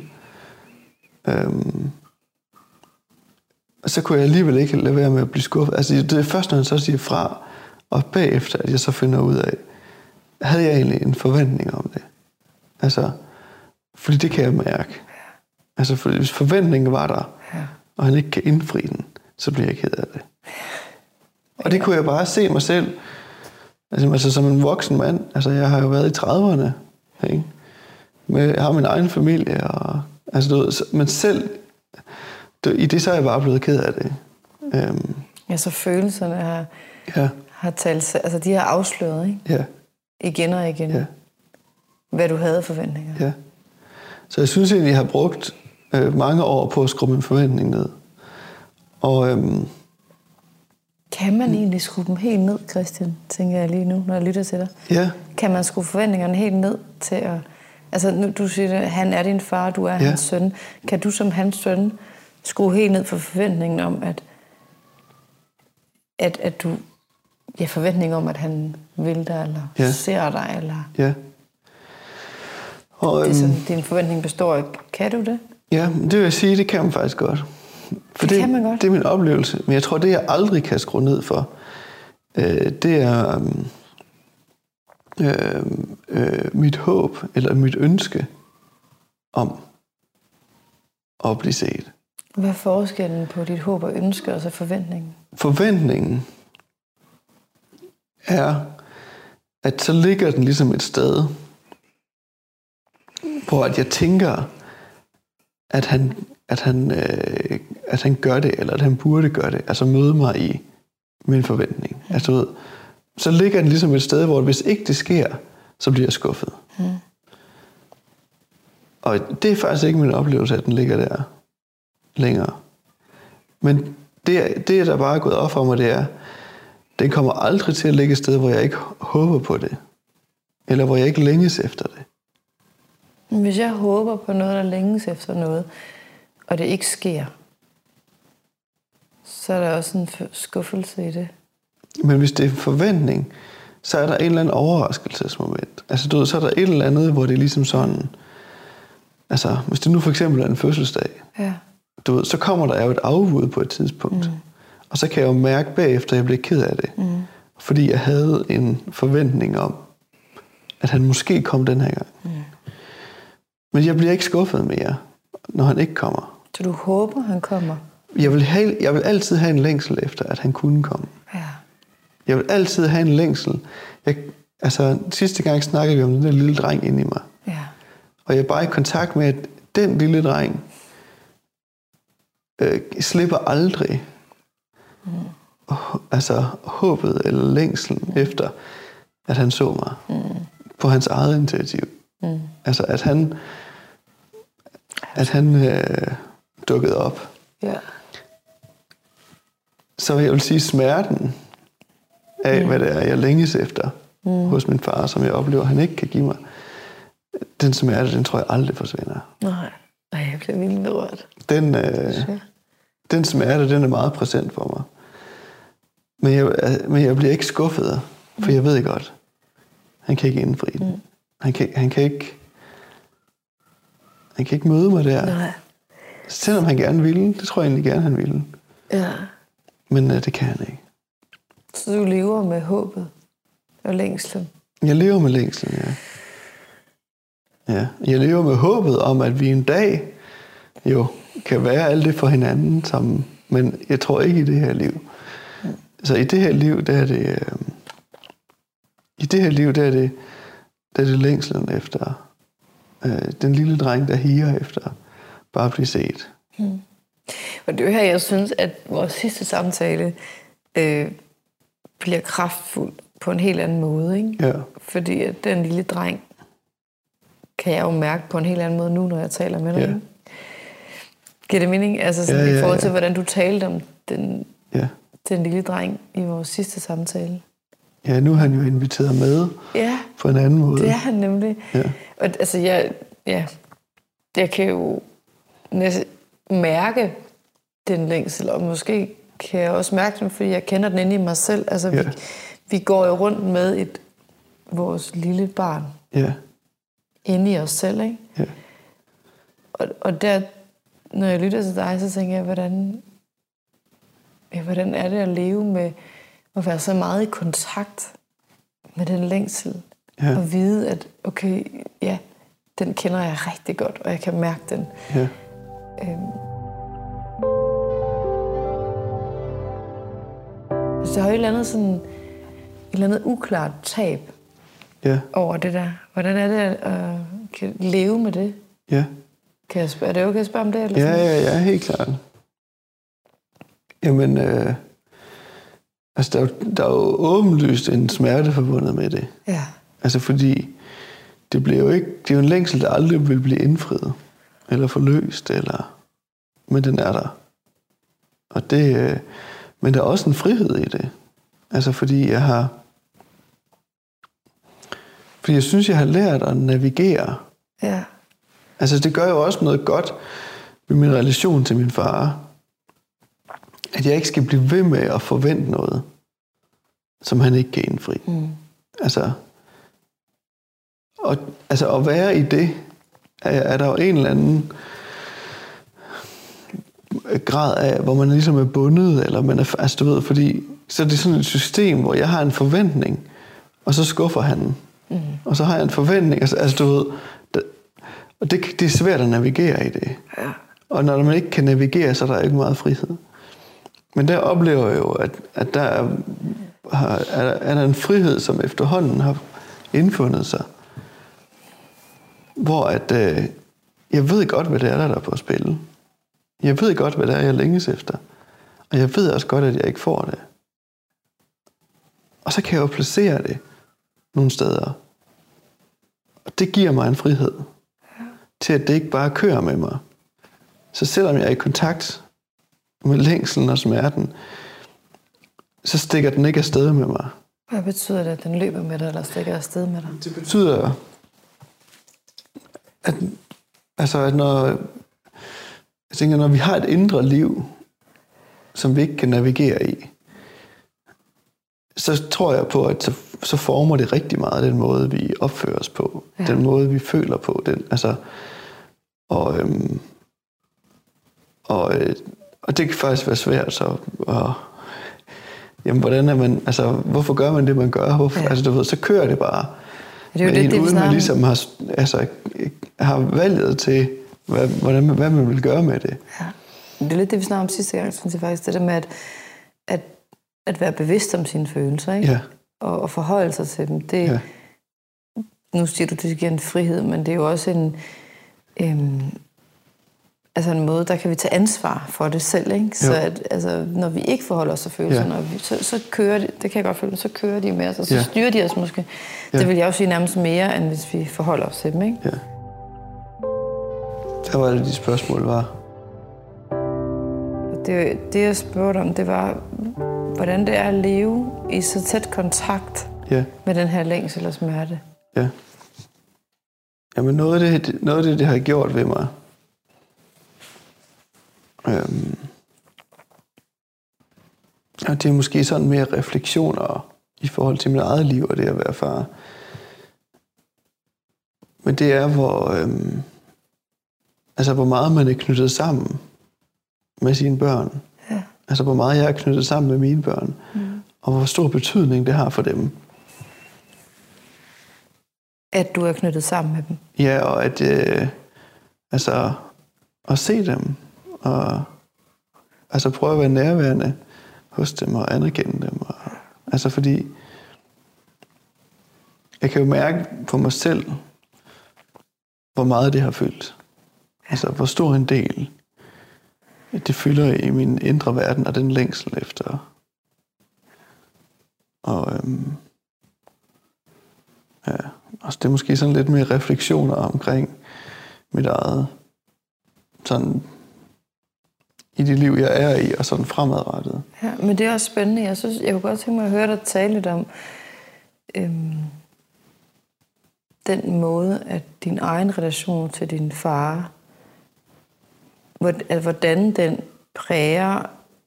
Speaker 3: Og så kunne jeg alligevel ikke lade være med at blive skuffet. Altså det er først, når han så siger fra, og bagefter, at jeg så finder ud af, havde jeg egentlig en forventning om det. Altså, fordi det kan jeg mærke. Altså, fordi hvis forventningen var der, og han ikke kan indfri den, så bliver jeg ked af det. Og det kunne jeg bare se mig selv, altså som en voksen mand. Altså, jeg har jo været i 30'erne, ikke? Jeg har min egen familie, og, altså, men selv i det, så er jeg bare blevet ked af det.
Speaker 2: Ja, så følelserne har talt, altså de har afsløret, ikke? Ja. Igen og igen. Ja. Hvad du havde forventninger. Ja. Så jeg synes egentlig, jeg har brugt mange år på at skrue min forventning ned. Og kan man egentlig skrue dem helt ned, Christian, tænker jeg lige nu, når jeg lytter til dig?
Speaker 3: Ja.
Speaker 2: Kan man skrue forventningerne helt ned til at... Altså, nu, du siger, at han er din far, du er hans søn. Kan du som hans søn skrue helt ned for forventningen om, at du... Ja, forventning om, at han vil dig, eller ser dig, eller... Ja. Og, det er sådan, din forventning består af. Kan du det?
Speaker 3: Ja, det vil jeg sige, det kan man faktisk godt. For det kan man godt. Det er min oplevelse. Men jeg tror, det jeg aldrig kan skrue ned for, det er mit håb, eller mit ønske om at blive set.
Speaker 2: Hvad er forskellen på dit håb og ønske, og så forventningen?
Speaker 3: Forventningen er, at så ligger den ligesom et sted, hvor at jeg tænker, at han gør det, eller at han burde gøre det, altså møde mig i min forventning. Altså, så ligger den ligesom et sted, hvor hvis ikke det sker, så bliver jeg skuffet. Og det er faktisk ikke min oplevelse, at den ligger der længere. Men det der bare er gået op for mig, det er, den kommer aldrig til at ligge et sted, hvor jeg ikke håber på det. Eller hvor jeg ikke længes efter det.
Speaker 2: Hvis jeg håber på noget, der længes efter noget, og det ikke sker, så er der også en skuffelse i det.
Speaker 3: Men hvis det er forventning, så er der en eller anden overraskelsesmoment. Altså, du ved, så er der et eller andet, hvor det er ligesom sådan... Altså, hvis det nu for eksempel er en fødselsdag, du ved, så kommer der jo et afbud på et tidspunkt. Og så kan jeg jo mærke bagefter, at jeg bliver ked af det. Fordi jeg havde en forventning om, at han måske kom den her gang. Men jeg bliver ikke skuffet mere, når han ikke kommer.
Speaker 2: Så du håber, han kommer?
Speaker 3: Jeg vil altid have en længsel efter, at han kunne komme. Ja. Jeg vil altid have en længsel. Sidste gang snakkede vi om den der lille dreng inde i mig. Ja. Og jeg er bare i kontakt med, at den lille dreng slipper aldrig håbet eller længselen efter, at han så mig på hans eget initiativ. Altså, at han dukkede op. Ja. Så jeg vil sige, smerten af, hvad det er, jeg længes efter hos min far, som jeg oplever, han ikke kan give mig, den smerte, den tror jeg aldrig forsvinder.
Speaker 2: Nej, jeg bliver vildt berørt.
Speaker 3: Den smerte, den er meget præsent for mig. Men jeg bliver ikke skuffet, for jeg ved godt, han kan ikke indfri den. Han kan ikke møde mig der.
Speaker 2: Nej.
Speaker 3: Selvom han gerne ville. Det tror jeg egentlig gerne, han ville.
Speaker 2: Ja.
Speaker 3: Men det kan han ikke.
Speaker 2: Så du lever med håbet og længslen?
Speaker 3: Jeg lever med længslen, ja. Ja, jeg lever med håbet om, at vi en dag jo kan være alt det for hinanden sammen. Men jeg tror ikke i det her liv. Så i det her liv, der er det... der er det længslen efter den lille dreng, der higer efter bare at blive set.
Speaker 2: Og det er jo her, jeg synes, at vores sidste samtale bliver kraftfuld på en helt anden måde, ikke?
Speaker 3: Ja.
Speaker 2: Fordi at den lille dreng kan jeg jo mærke på en helt anden måde nu, når jeg taler med dig.
Speaker 3: Ja.
Speaker 2: Giver det mening? Altså sådan, i forhold til, hvordan du talte om den lille dreng i vores sidste samtale.
Speaker 3: Ja, nu er han jo inviteret med på en anden måde.
Speaker 2: Det er han nemlig.
Speaker 3: Ja.
Speaker 2: Og altså, jeg kan jo næsten mærke den længsel, og måske kan jeg også mærke den, fordi jeg kender den inde i mig selv. Altså, vi går jo rundt med vores lille barn inde i os selv, ikke?
Speaker 3: Ja.
Speaker 2: Og der, når jeg lytter til dig, så tænker jeg, hvordan er det at leve med at være så meget i kontakt med den længsel, og vide, at okay, den kender jeg rigtig godt, og jeg kan mærke den.
Speaker 3: Ja.
Speaker 2: Så har jo et eller andet uklart tab over det der. Hvordan er det at leve med det?
Speaker 3: Ja.
Speaker 2: Er det okay at spørge om det? Eller
Speaker 3: Ja, helt klart. Jamen, altså der er jo åbenlyst en smerte forbundet med det.
Speaker 2: Ja.
Speaker 3: Altså fordi det er jo en længsel, der aldrig vil blive indfriet, eller forløst, men den er der. Og det, men der er også en frihed i det. Altså fordi jeg synes, jeg har lært at navigere.
Speaker 2: Ja.
Speaker 3: Altså det gør jo også noget godt med min relation til min far. At jeg ikke skal blive ved med at forvente noget, som han ikke kan indfri. Altså at være i det, er der jo en eller anden grad af, hvor man ligesom er bundet, eller man er, altså du ved, fordi så er det sådan et system, hvor jeg har en forventning, og så skuffer han. Og så har jeg en forventning, altså du ved, og det er svært at navigere i det.
Speaker 2: Ja.
Speaker 3: Og når man ikke kan navigere, så er der ikke meget frihed. Men der oplever jeg jo, at der er der en frihed, som efterhånden har indfundet sig. Hvor at jeg ved godt, hvad det er, der er på at spille. Jeg ved godt, hvad det er, jeg længes efter. Og jeg ved også godt, at jeg ikke får det. Og så kan jeg jo placere det nogle steder. Og det giver mig en frihed. Til at det ikke bare kører med mig. Så selvom jeg er i kontakt med længslen og smerten, så stikker den ikke afsted med mig.
Speaker 2: Hvad betyder det, at den løber med dig, eller stikker afsted med dig?
Speaker 3: Det betyder, at når vi har et indre liv, som vi ikke kan navigere i, så tror jeg på, at så former det rigtig meget den måde, vi opfører os på. Ja. Den måde, vi føler på. Og det kan faktisk være svært. Jamen, hvordan er man, altså, hvorfor gør man det, man gør? Altså, du ved, så kører det bare.
Speaker 2: Det er jo det,
Speaker 3: uden man ligesom har valget til, hvad man vil gøre med det.
Speaker 2: Ja. Det er lidt det, vi snakkede om sidste gang, synes jeg faktisk. Det der med at være bevidst om sine følelser, ikke?
Speaker 3: Ja.
Speaker 2: Og forholde sig til dem. Det, nu siger du, det giver en frihed, men det er jo også en måde, der kan vi tage ansvar for det selv, ikke? Så at, når vi ikke forholder os til følelserne, så kører det kan jeg godt føle, så kører de med os, og så styrer de os måske. Ja. Det vil jeg også sige nærmest mere, end hvis vi forholder os til dem, ikke?
Speaker 3: Ja. Der var det, de spørgsmål var.
Speaker 2: Det jeg spurgte om, det var, hvordan det er at leve i så tæt kontakt med den her længsel og smerte.
Speaker 3: Ja. Jamen noget af det har gjort ved mig, og det er måske sådan mere refleksioner i forhold til mit eget liv og det at være far. Men det er, hvor meget man er knyttet sammen med sine børn.
Speaker 2: Ja.
Speaker 3: Altså hvor meget jeg er knyttet sammen med mine børn. Og hvor stor betydning det har for dem.
Speaker 2: At du er knyttet sammen med dem?
Speaker 3: Ja, og at at se dem. Og prøve at være nærværende hos dem og anerkende dem. Og, fordi jeg kan jo mærke på mig selv, hvor meget det har fyldt. Hvor stor en del det fylder i min indre verden og den længsel efter. Og det er måske sådan lidt mere refleksioner omkring mit eget sådan i det liv, jeg er i, og sådan fremadrettet. Ja,
Speaker 2: men det er også spændende. Jeg kunne godt tænke mig at høre dig tale lidt om den måde, at din egen relation til din far, hvordan den præger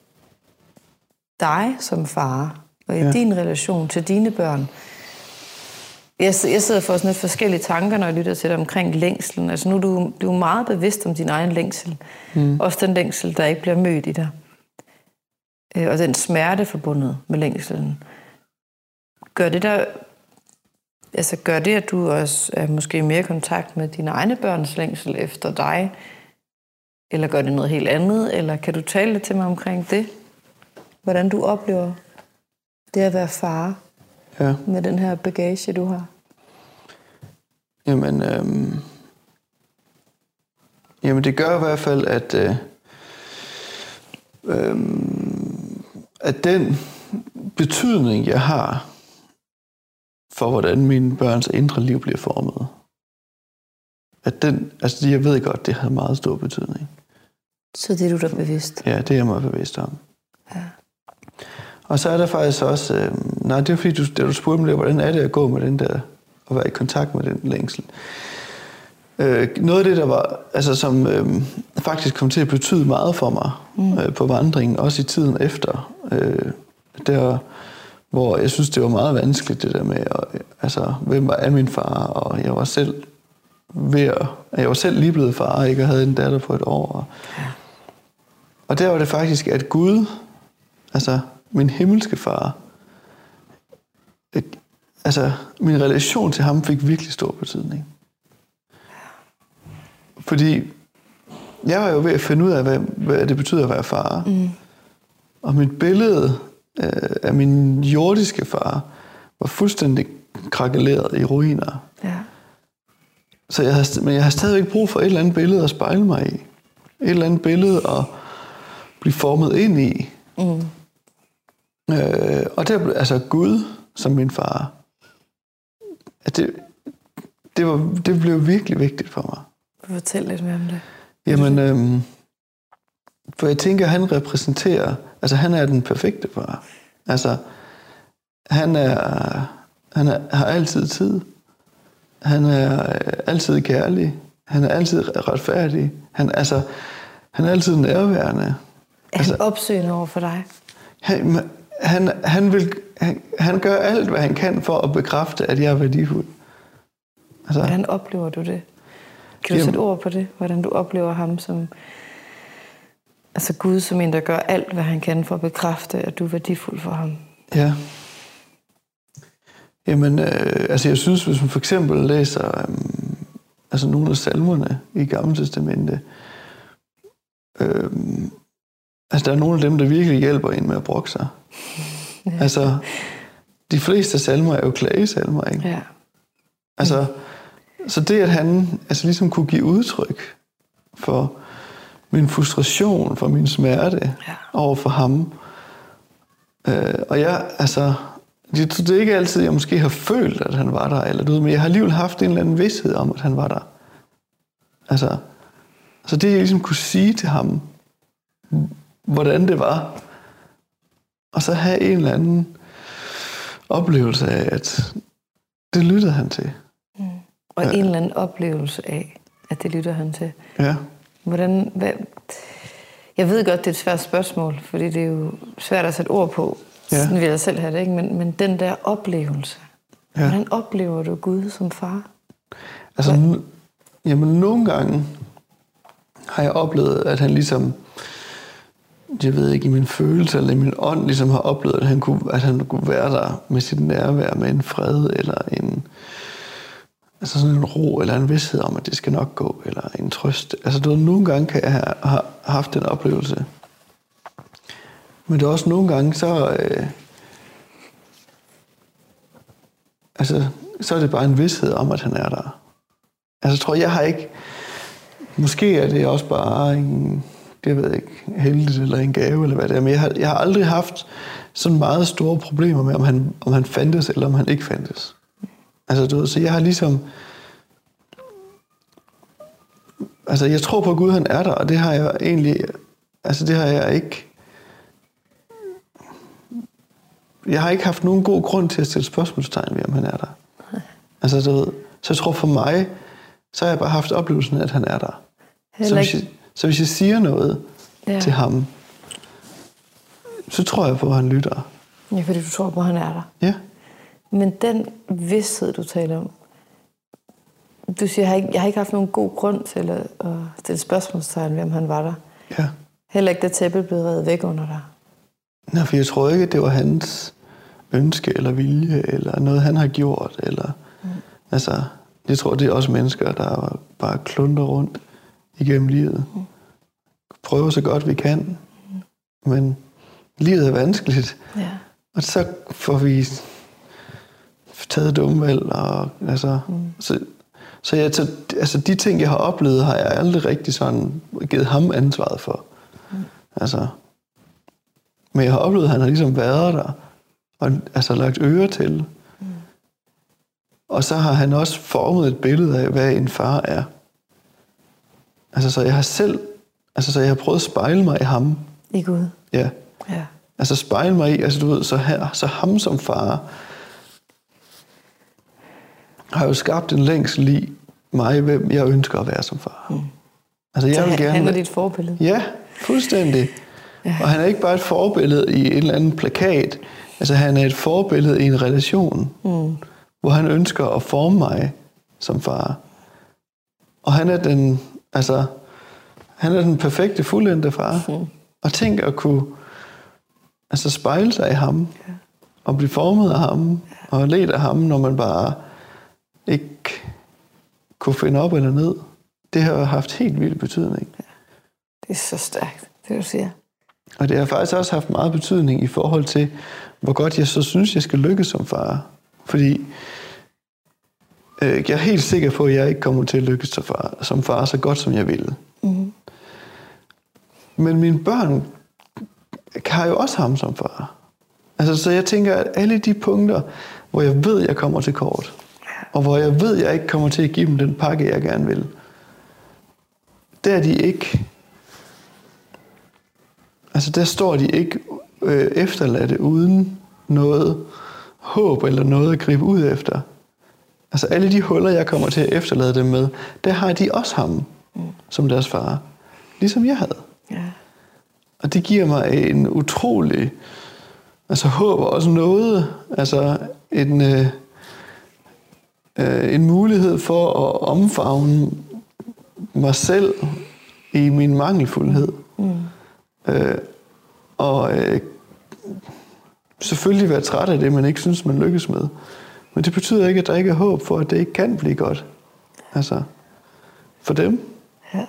Speaker 2: dig som far, og i din relation til dine børn. Jeg sidder for sådan lidt forskellige tanker, når jeg lytter til dig omkring længslen. Altså nu er du meget bevidst om din egen længsel. Også den længsel, der ikke bliver mødt i dig. Og den smerte forbundet med længslen. Gør det, at du også er måske mere i kontakt med dine egne børns længsel efter dig? Eller gør det noget helt andet? Eller kan du tale lidt til mig omkring det? Hvordan du oplever det at være far med den her bagage, du har?
Speaker 3: Jamen, det gør i hvert fald, at den betydning, jeg har for, hvordan mine børns indre liv bliver formet, jeg ved godt, det har meget stor betydning.
Speaker 2: Så det er du da bevidst?
Speaker 3: Ja, det er jeg meget bevidst om.
Speaker 2: Ja.
Speaker 3: Og så er der faktisk også, det er fordi, du spurgte mig, hvordan er det at gå med den der, at være i kontakt med den længsel. Noget af det, der var, som faktisk kom til at betyde meget for mig på vandringen, også i tiden efter, der, hvor jeg synes, det var meget vanskeligt, det der med, hvem er min far, og jeg var selv lige blevet far, ikke, og havde en datter på 1 år. Og der var det faktisk, at Gud, min himmelske far, min relation til ham fik virkelig stor betydning. Fordi jeg var jo ved at finde ud af, hvad det betyder at være far. Og mit billede af min jordiske far var fuldstændig krakeleret i ruiner.
Speaker 2: Ja.
Speaker 3: Så jeg har stadigvæk brug for et eller andet billede at spejle mig i. Et eller andet billede at blive formet ind i. Og det Gud som min far, det blev virkelig vigtigt for mig.
Speaker 2: Fortæl lidt mere om det.
Speaker 3: Jamen, for jeg tænker, han repræsenterer, han er den perfekte far. Han har altid tid. Han er altid kærlig. Han er altid retfærdig. Han er altid nærværende.
Speaker 2: Er han opsøgende over for dig?
Speaker 3: Han gør alt, hvad han kan for at bekræfte, at jeg er værdifuld.
Speaker 2: Hvordan oplever du det? Kan du sætte ord på det? Hvordan du oplever ham som... Gud som en, der gør alt, hvad han kan for at bekræfte, at du er værdifuld for ham.
Speaker 3: Ja. Jamen, jeg synes, hvis man for eksempel læser nogle af salmerne i Gamle Testamente, der er nogle af dem, der virkelig hjælper en med at brokke sig. Ja. De fleste salmer er jo klagesalmer, ikke?
Speaker 2: Ja.
Speaker 3: Så det, at han ligesom kunne give udtryk for min frustration, for min smerte over for ham. Og jeg, det er ikke altid, jeg måske har følt, at han var der, eller men jeg har alligevel haft en eller anden vidsthed om, at han var der. Så det, jeg ligesom kunne sige til ham, hvordan det var, og så have en eller anden oplevelse af, at det lyttede han til.
Speaker 2: Og en eller anden oplevelse af, at det lytter han til.
Speaker 3: Ja.
Speaker 2: Jeg ved godt, det er et svært spørgsmål, fordi det er jo svært at sætte ord på.
Speaker 3: Ja.
Speaker 2: Sådan vil jeg selv have det, ikke? Men den der oplevelse. Ja. Hvordan oplever du Gud som far?
Speaker 3: Altså, jamen nogle gange har jeg oplevet, at han ligesom, jeg ved ikke, i min følelse eller i min ånd, ligesom har oplevet, at han kunne være der med sit nærvær, med en fred, eller sådan en ro, eller en vished om, at det skal nok gå, eller en trøst. Altså, nogle gange kan jeg have haft den oplevelse. Men det er også nogle gange, så er det bare en vished om, at han er der. Altså, jeg tror, jeg har ikke... Måske er det også bare en... Jeg ved ikke, heldigt eller en gave, eller hvad det er. Men jeg har aldrig haft sådan meget store problemer med, om han fandtes, eller om han ikke fandtes. Altså, så jeg har ligesom... Altså, jeg tror på, at Gud, han er der, og det har jeg egentlig... Altså, det har jeg ikke... Jeg har ikke haft nogen god grund til at stille spørgsmålstegn ved, om han er der. Altså, så jeg tror for mig, så har jeg bare haft oplevelsen af, at han er der. Så hvis jeg siger noget til ham, så tror jeg på, at han lytter.
Speaker 2: Ja, fordi du tror på, at han er der.
Speaker 3: Ja.
Speaker 2: Men den vidsthed, du taler om, du siger, jeg har ikke haft nogen god grund til at stille spørgsmålstegn ved, om han var der.
Speaker 3: Ja.
Speaker 2: Heller ikke, da tæppet blev revet væk under dig.
Speaker 3: Nej, for jeg tror ikke, at det var hans ønske eller vilje, eller noget, han har gjort. Eller, altså, jeg tror, det er også mennesker, der bare klunter rundt igennem livet. Prøver så godt vi kan, men livet er vanskeligt. Ja. Og så får vi taget dumme valg. Og, så de ting, jeg har oplevet, har jeg aldrig rigtig sådan givet ham ansvaret for. Altså, men jeg har oplevet, at han har ligesom været der, og lagt øre til. Og så har han også formet et billede af, hvad en far er. Altså, så jeg har prøvet at spejle mig i ham.
Speaker 2: I Gud?
Speaker 3: Ja. Altså spejle mig i, så ham som far har jo skabt en længsel i mig, hvem jeg ønsker at være som far. Altså, jeg vil gerne...
Speaker 2: Han er dit forbillede?
Speaker 3: Ja, fuldstændig. Ja. Og han er ikke bare et forbillede i en eller anden plakat. Altså, han er et forbillede i en relation, hvor han ønsker at forme mig som far. Og han er den perfekte fuldendte far. Og tænk at kunne spejle sig i ham, og blive formet af ham, og ledt af ham, når man bare ikke kunne finde op eller ned. Det har haft helt vild betydning.
Speaker 2: Ja. Det er så stærkt, det du siger.
Speaker 3: Og det har faktisk også haft meget betydning i forhold til, hvor godt jeg så synes, jeg skal lykkes som far. Fordi jeg er helt sikker på, at jeg ikke kommer til at lykkes som far så godt, som jeg ville. Men mine børn har jo også ham som far. Altså, så jeg tænker, at alle de punkter, hvor jeg ved, jeg kommer til kort, og hvor jeg ved, jeg ikke kommer til at give dem den pakke, jeg gerne vil, der er de ikke... Altså, der står de ikke efterladte uden noget håb eller noget at gribe ud efter. Altså, alle de huller, jeg kommer til at efterlade dem med, der har de også ham som deres far. Ligesom jeg havde. Ja. Og det giver mig en utrolig håb og også noget, en mulighed for at omfavne mig selv i min mangelfuldhed. Selvfølgelig være træt af det, man ikke synes, man lykkes med. Men det betyder ikke, at der ikke er håb for, at det ikke kan blive godt. Altså, for dem. Ja.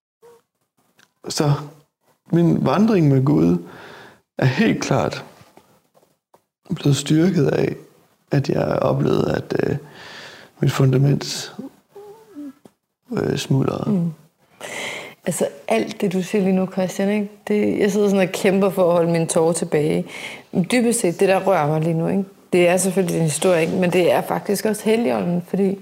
Speaker 3: Så min vandring med Gud er helt klart blevet styrket af, at jeg oplevede, at mit fundament smuldrede.
Speaker 2: Altså alt det, du siger lige nu, Christian, ikke? Jeg sidder sådan og kæmper for at holde mine tårer tilbage. Men dybest set, det der rører mig lige nu, ikke? Det er selvfølgelig en historie, ikke? Men det er faktisk også Helligånden, fordi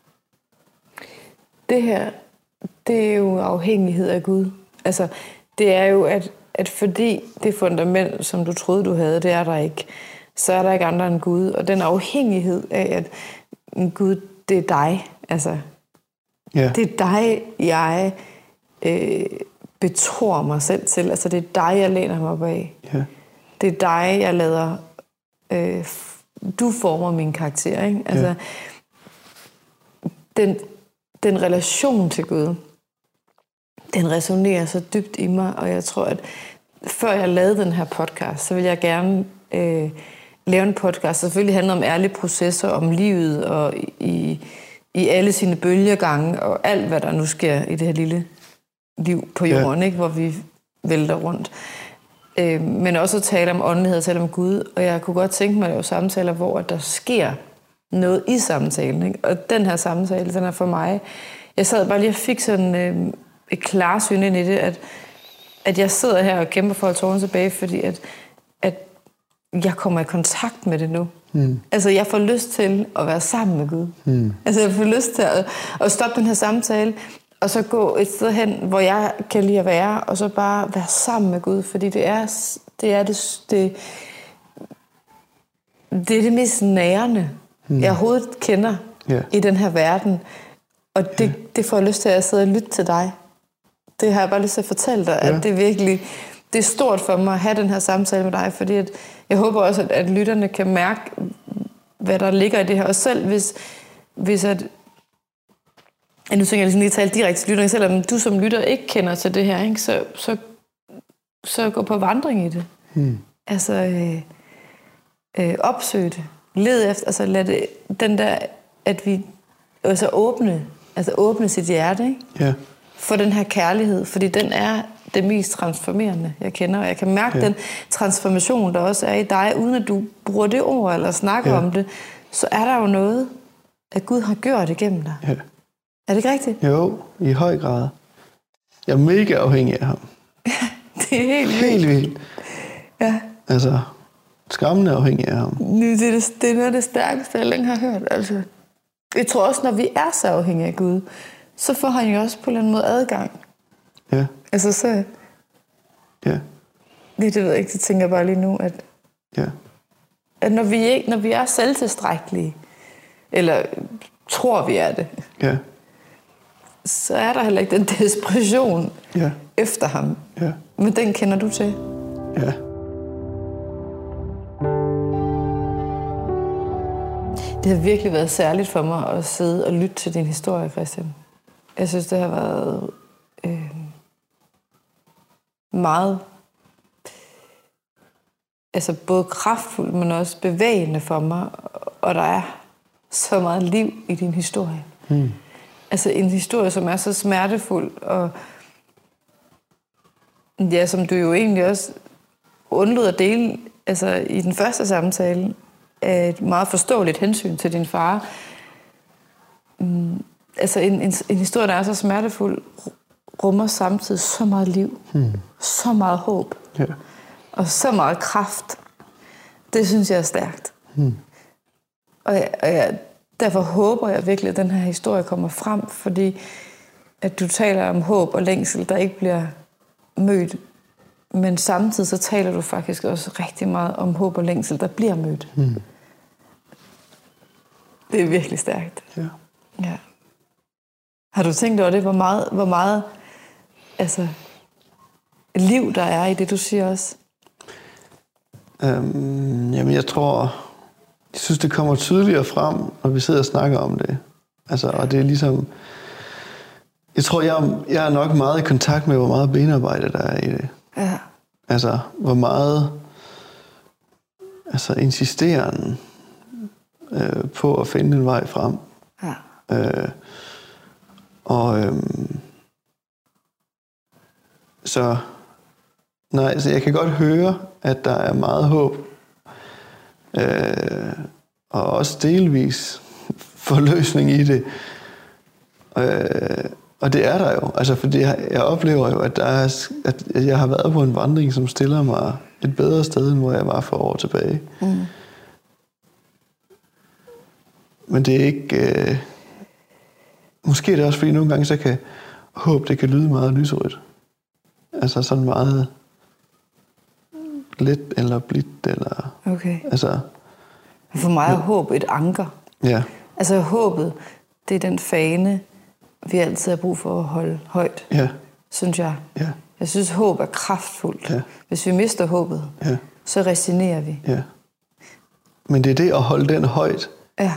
Speaker 2: det her, det er jo afhængighed af Gud. Altså, det er jo, at fordi det fundament, som du troede, du havde, det er der ikke, så er der ikke andre end Gud. Og den afhængighed af, at Gud, det er dig, Altså,
Speaker 3: Ja.
Speaker 2: det er dig, jeg betror mig selv til. Altså, det er dig, jeg læner mig op af.
Speaker 3: Ja.
Speaker 2: Det er dig, jeg lader... du former min karakter, ikke? Altså, den relation til Gud, den resonerer så dybt i mig, og jeg tror, at før jeg lavede den her podcast, så ville jeg gerne lave en podcast, der selvfølgelig handler om ærlige processer, om livet, og i alle sine bølgegange, og alt, hvad der nu sker i det her lille liv på jorden, ikke? Hvor vi vælter rundt. Men også at tale om åndelighed, tale om Gud, og jeg kunne godt tænke mig at lave samtaler, hvor der sker noget i samtalen, ikke? Og den her samtale, den er for mig... Jeg sad bare lige og fik sådan et klarsyn ind i det, at jeg sidder her og kæmper for at tårne tilbage, fordi at jeg kommer i kontakt med det nu. Altså, jeg får lyst til at være sammen med Gud. Altså, jeg får lyst til at stoppe den her samtale, og så gå et sted hen, hvor jeg kan lide at være, og så bare være sammen med Gud, fordi det er det mest nærende, jeg overhovedet kender i den her verden. Og det får jeg lyst til at sidde og lytte til dig. Det har jeg bare lyst til at fortælle dig, at det virkelig, det er stort for mig at have den her samtale med dig, fordi at jeg håber også, at lytterne kan mærke, hvad der ligger i det her. Og selv hvis at nu tænker jeg ligesom lige tale direkte til lytterne, selvom du som lytter ikke kender til det her, ikke, så gå på vandring i det. Altså, opsøg det. Led efter, altså lad det, den der, at vi åbne sit hjerte, ikke?
Speaker 3: Ja.
Speaker 2: For den her kærlighed, fordi den er det mest transformerende, jeg kender, og jeg kan mærke den transformation, der også er i dig, uden at du bruger det ord eller snakker om det, så er der jo noget, at Gud har gjort igennem dig. Ja. Er det ikke rigtigt?
Speaker 3: Jo, i høj grad. Jeg er mega afhængig af ham.
Speaker 2: Det er helt
Speaker 3: vildt.
Speaker 2: Ja.
Speaker 3: Altså, skræmmende afhængig af ham.
Speaker 2: Det er noget af det stærkeste, jeg længe har hørt. Altså, jeg tror også, når vi er så afhængige af Gud, så får han jo også på en eller anden måde adgang.
Speaker 3: Ja.
Speaker 2: Altså så...
Speaker 3: Ja.
Speaker 2: Det ved jeg ikke, det tænker jeg bare lige nu, at når vi er selvtilstrækkelige, eller tror vi er det, så er der heller ikke den desperation efter ham. Ja. Men den kender du til.
Speaker 3: Ja.
Speaker 2: Det har virkelig været særligt for mig at sidde og lytte til din historie, Christian. Jeg synes, det har været meget, altså både kraftfuldt, men også bevægende for mig. Og der er så meget liv i din historie. Altså en historie, som er så smertefuld, og ja, som du jo egentlig også undlod at dele, altså i den første samtale, af et meget forståeligt hensyn til din far. Altså en historie, der er så smertefuld, rummer samtidig så meget liv, så meget håb, og så meget kraft. Det synes jeg er stærkt. Og derfor håber jeg virkelig, at den her historie kommer frem, fordi at du taler om håb og længsel, der ikke bliver mødt. Men samtidig så taler du faktisk også rigtig meget om håb og længsel, der bliver mødt. Det er virkelig stærkt. Ja. Har du tænkt over det, hvor meget altså, liv der er i det, du siger også?
Speaker 3: Jamen, jeg synes, det kommer tydeligere frem, når vi sidder og snakker om det. Altså, og det er ligesom... Jeg tror, jeg er nok meget i kontakt med, hvor meget benarbejde der er i det. Ja. Altså, hvor meget insisteren på at finde en vej frem. Ja. Så jeg kan godt høre, at der er meget håb. Og også delvis forløsning i det. Og det er der jo. Altså, fordi jeg oplever jo, at jeg har været på en vandring, som stiller mig et bedre sted, end hvor jeg var for år tilbage. Men det er ikke... Måske er det også, fordi nogle gange så kan håb, det kan lyde meget lyserødt. Altså sådan meget let eller blidt, eller...
Speaker 2: Okay.
Speaker 3: Altså...
Speaker 2: For mig er håb et anker.
Speaker 3: Ja.
Speaker 2: Altså håbet, det er den fane, vi altid har brug for at holde højt, synes jeg.
Speaker 3: Ja.
Speaker 2: Jeg synes, håb er kraftfuldt.
Speaker 3: Ja.
Speaker 2: Hvis vi mister håbet, så resignerer vi.
Speaker 3: Ja. Men det er det at holde den højt,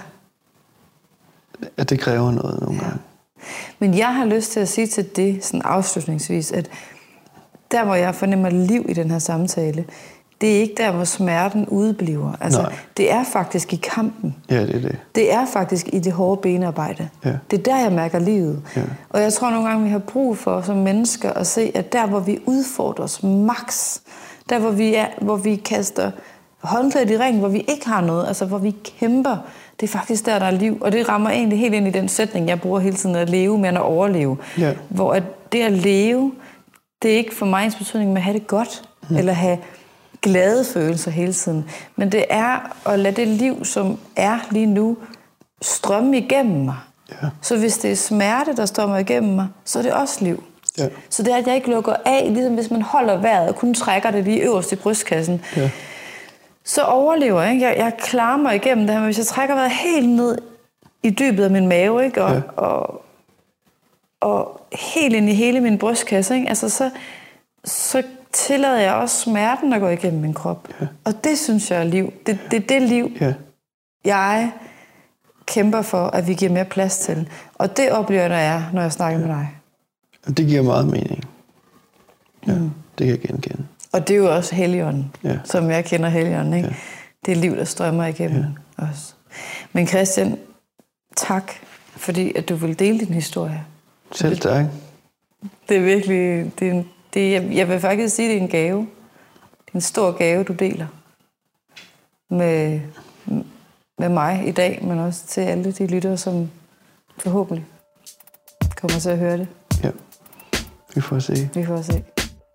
Speaker 3: at det kræver noget nogle gange.
Speaker 2: Men jeg har lyst til at sige til det, sådan afslutningsvis, at der, hvor jeg fornemmer liv i den her samtale, det er ikke der, hvor smerten udebliver. Altså, det er faktisk i kampen.
Speaker 3: Ja, det er det.
Speaker 2: Det er faktisk i det hårde benarbejde.
Speaker 3: Ja.
Speaker 2: Det er der, jeg mærker livet. Ja. Og jeg tror nogle gange, vi har brug for som mennesker at se, at der, hvor vi udfordrer os max, der, hvor vi kaster håndklædet i ringen, hvor vi ikke har noget, altså hvor vi kæmper, det er faktisk der er liv. Og det rammer egentlig helt ind i den sætning, jeg bruger hele tiden, at leve mere end at overleve. Ja. Hvor at det at leve, det er ikke for mig ens betydning med at have det godt, eller have glade følelser hele tiden. Men det er at lade det liv, som er lige nu, strømme igennem mig. Ja. Så hvis det er smerte, der strømmer igennem mig, så er det også liv. Ja. Så det er, at jeg ikke lukker af, ligesom hvis man holder vejret og kun trækker det lige øverst i brystkassen. Ja. Så overlever jeg, ikke? Jeg klarer mig igennem det her, men hvis jeg trækker vejret helt ned i dybet af min mave, ikke? Og helt ind i hele min brystkasse, ikke? Altså, så tillader jeg også smerten at gå igennem min krop. Ja. Og det synes jeg er liv. Det er det liv, jeg kæmper for, at vi giver mere plads til. Og det oplever jeg, når jeg snakker med dig.
Speaker 3: Det giver meget mening. Ja, det kan jeg genkende.
Speaker 2: Og det er jo også Helligånden, som jeg kender Helligånden, ikke? Ja. Det er liv, der strømmer igennem os. Men Christian, tak, fordi at du vil dele din historie.
Speaker 3: Selv tak.
Speaker 2: Det er virkelig... jeg vil faktisk sige, at det er en gave. Det er en stor gave, du deler med mig i dag, men også til alle de lyttere, som forhåbentlig kommer til at høre det.
Speaker 3: Ja, vi får se.
Speaker 2: Vi får se.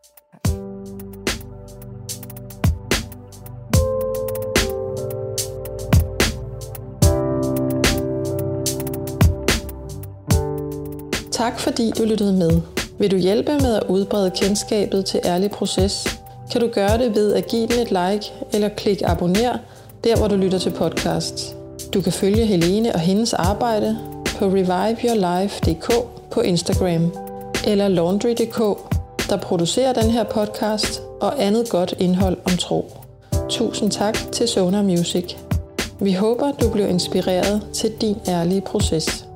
Speaker 1: Tak fordi du lyttede med. Vil du hjælpe med at udbrede kendskabet til Ærlig Proces, kan du gøre det ved at give den et like eller klikke abonner, der hvor du lytter til podcasts. Du kan følge Helene og hendes arbejde på reviveyourlife.dk på Instagram, eller laundry.dk, der producerer den her podcast og andet godt indhold om tro. Tusind tak til Sonar Music. Vi håber, du bliver inspireret til din ærlige proces.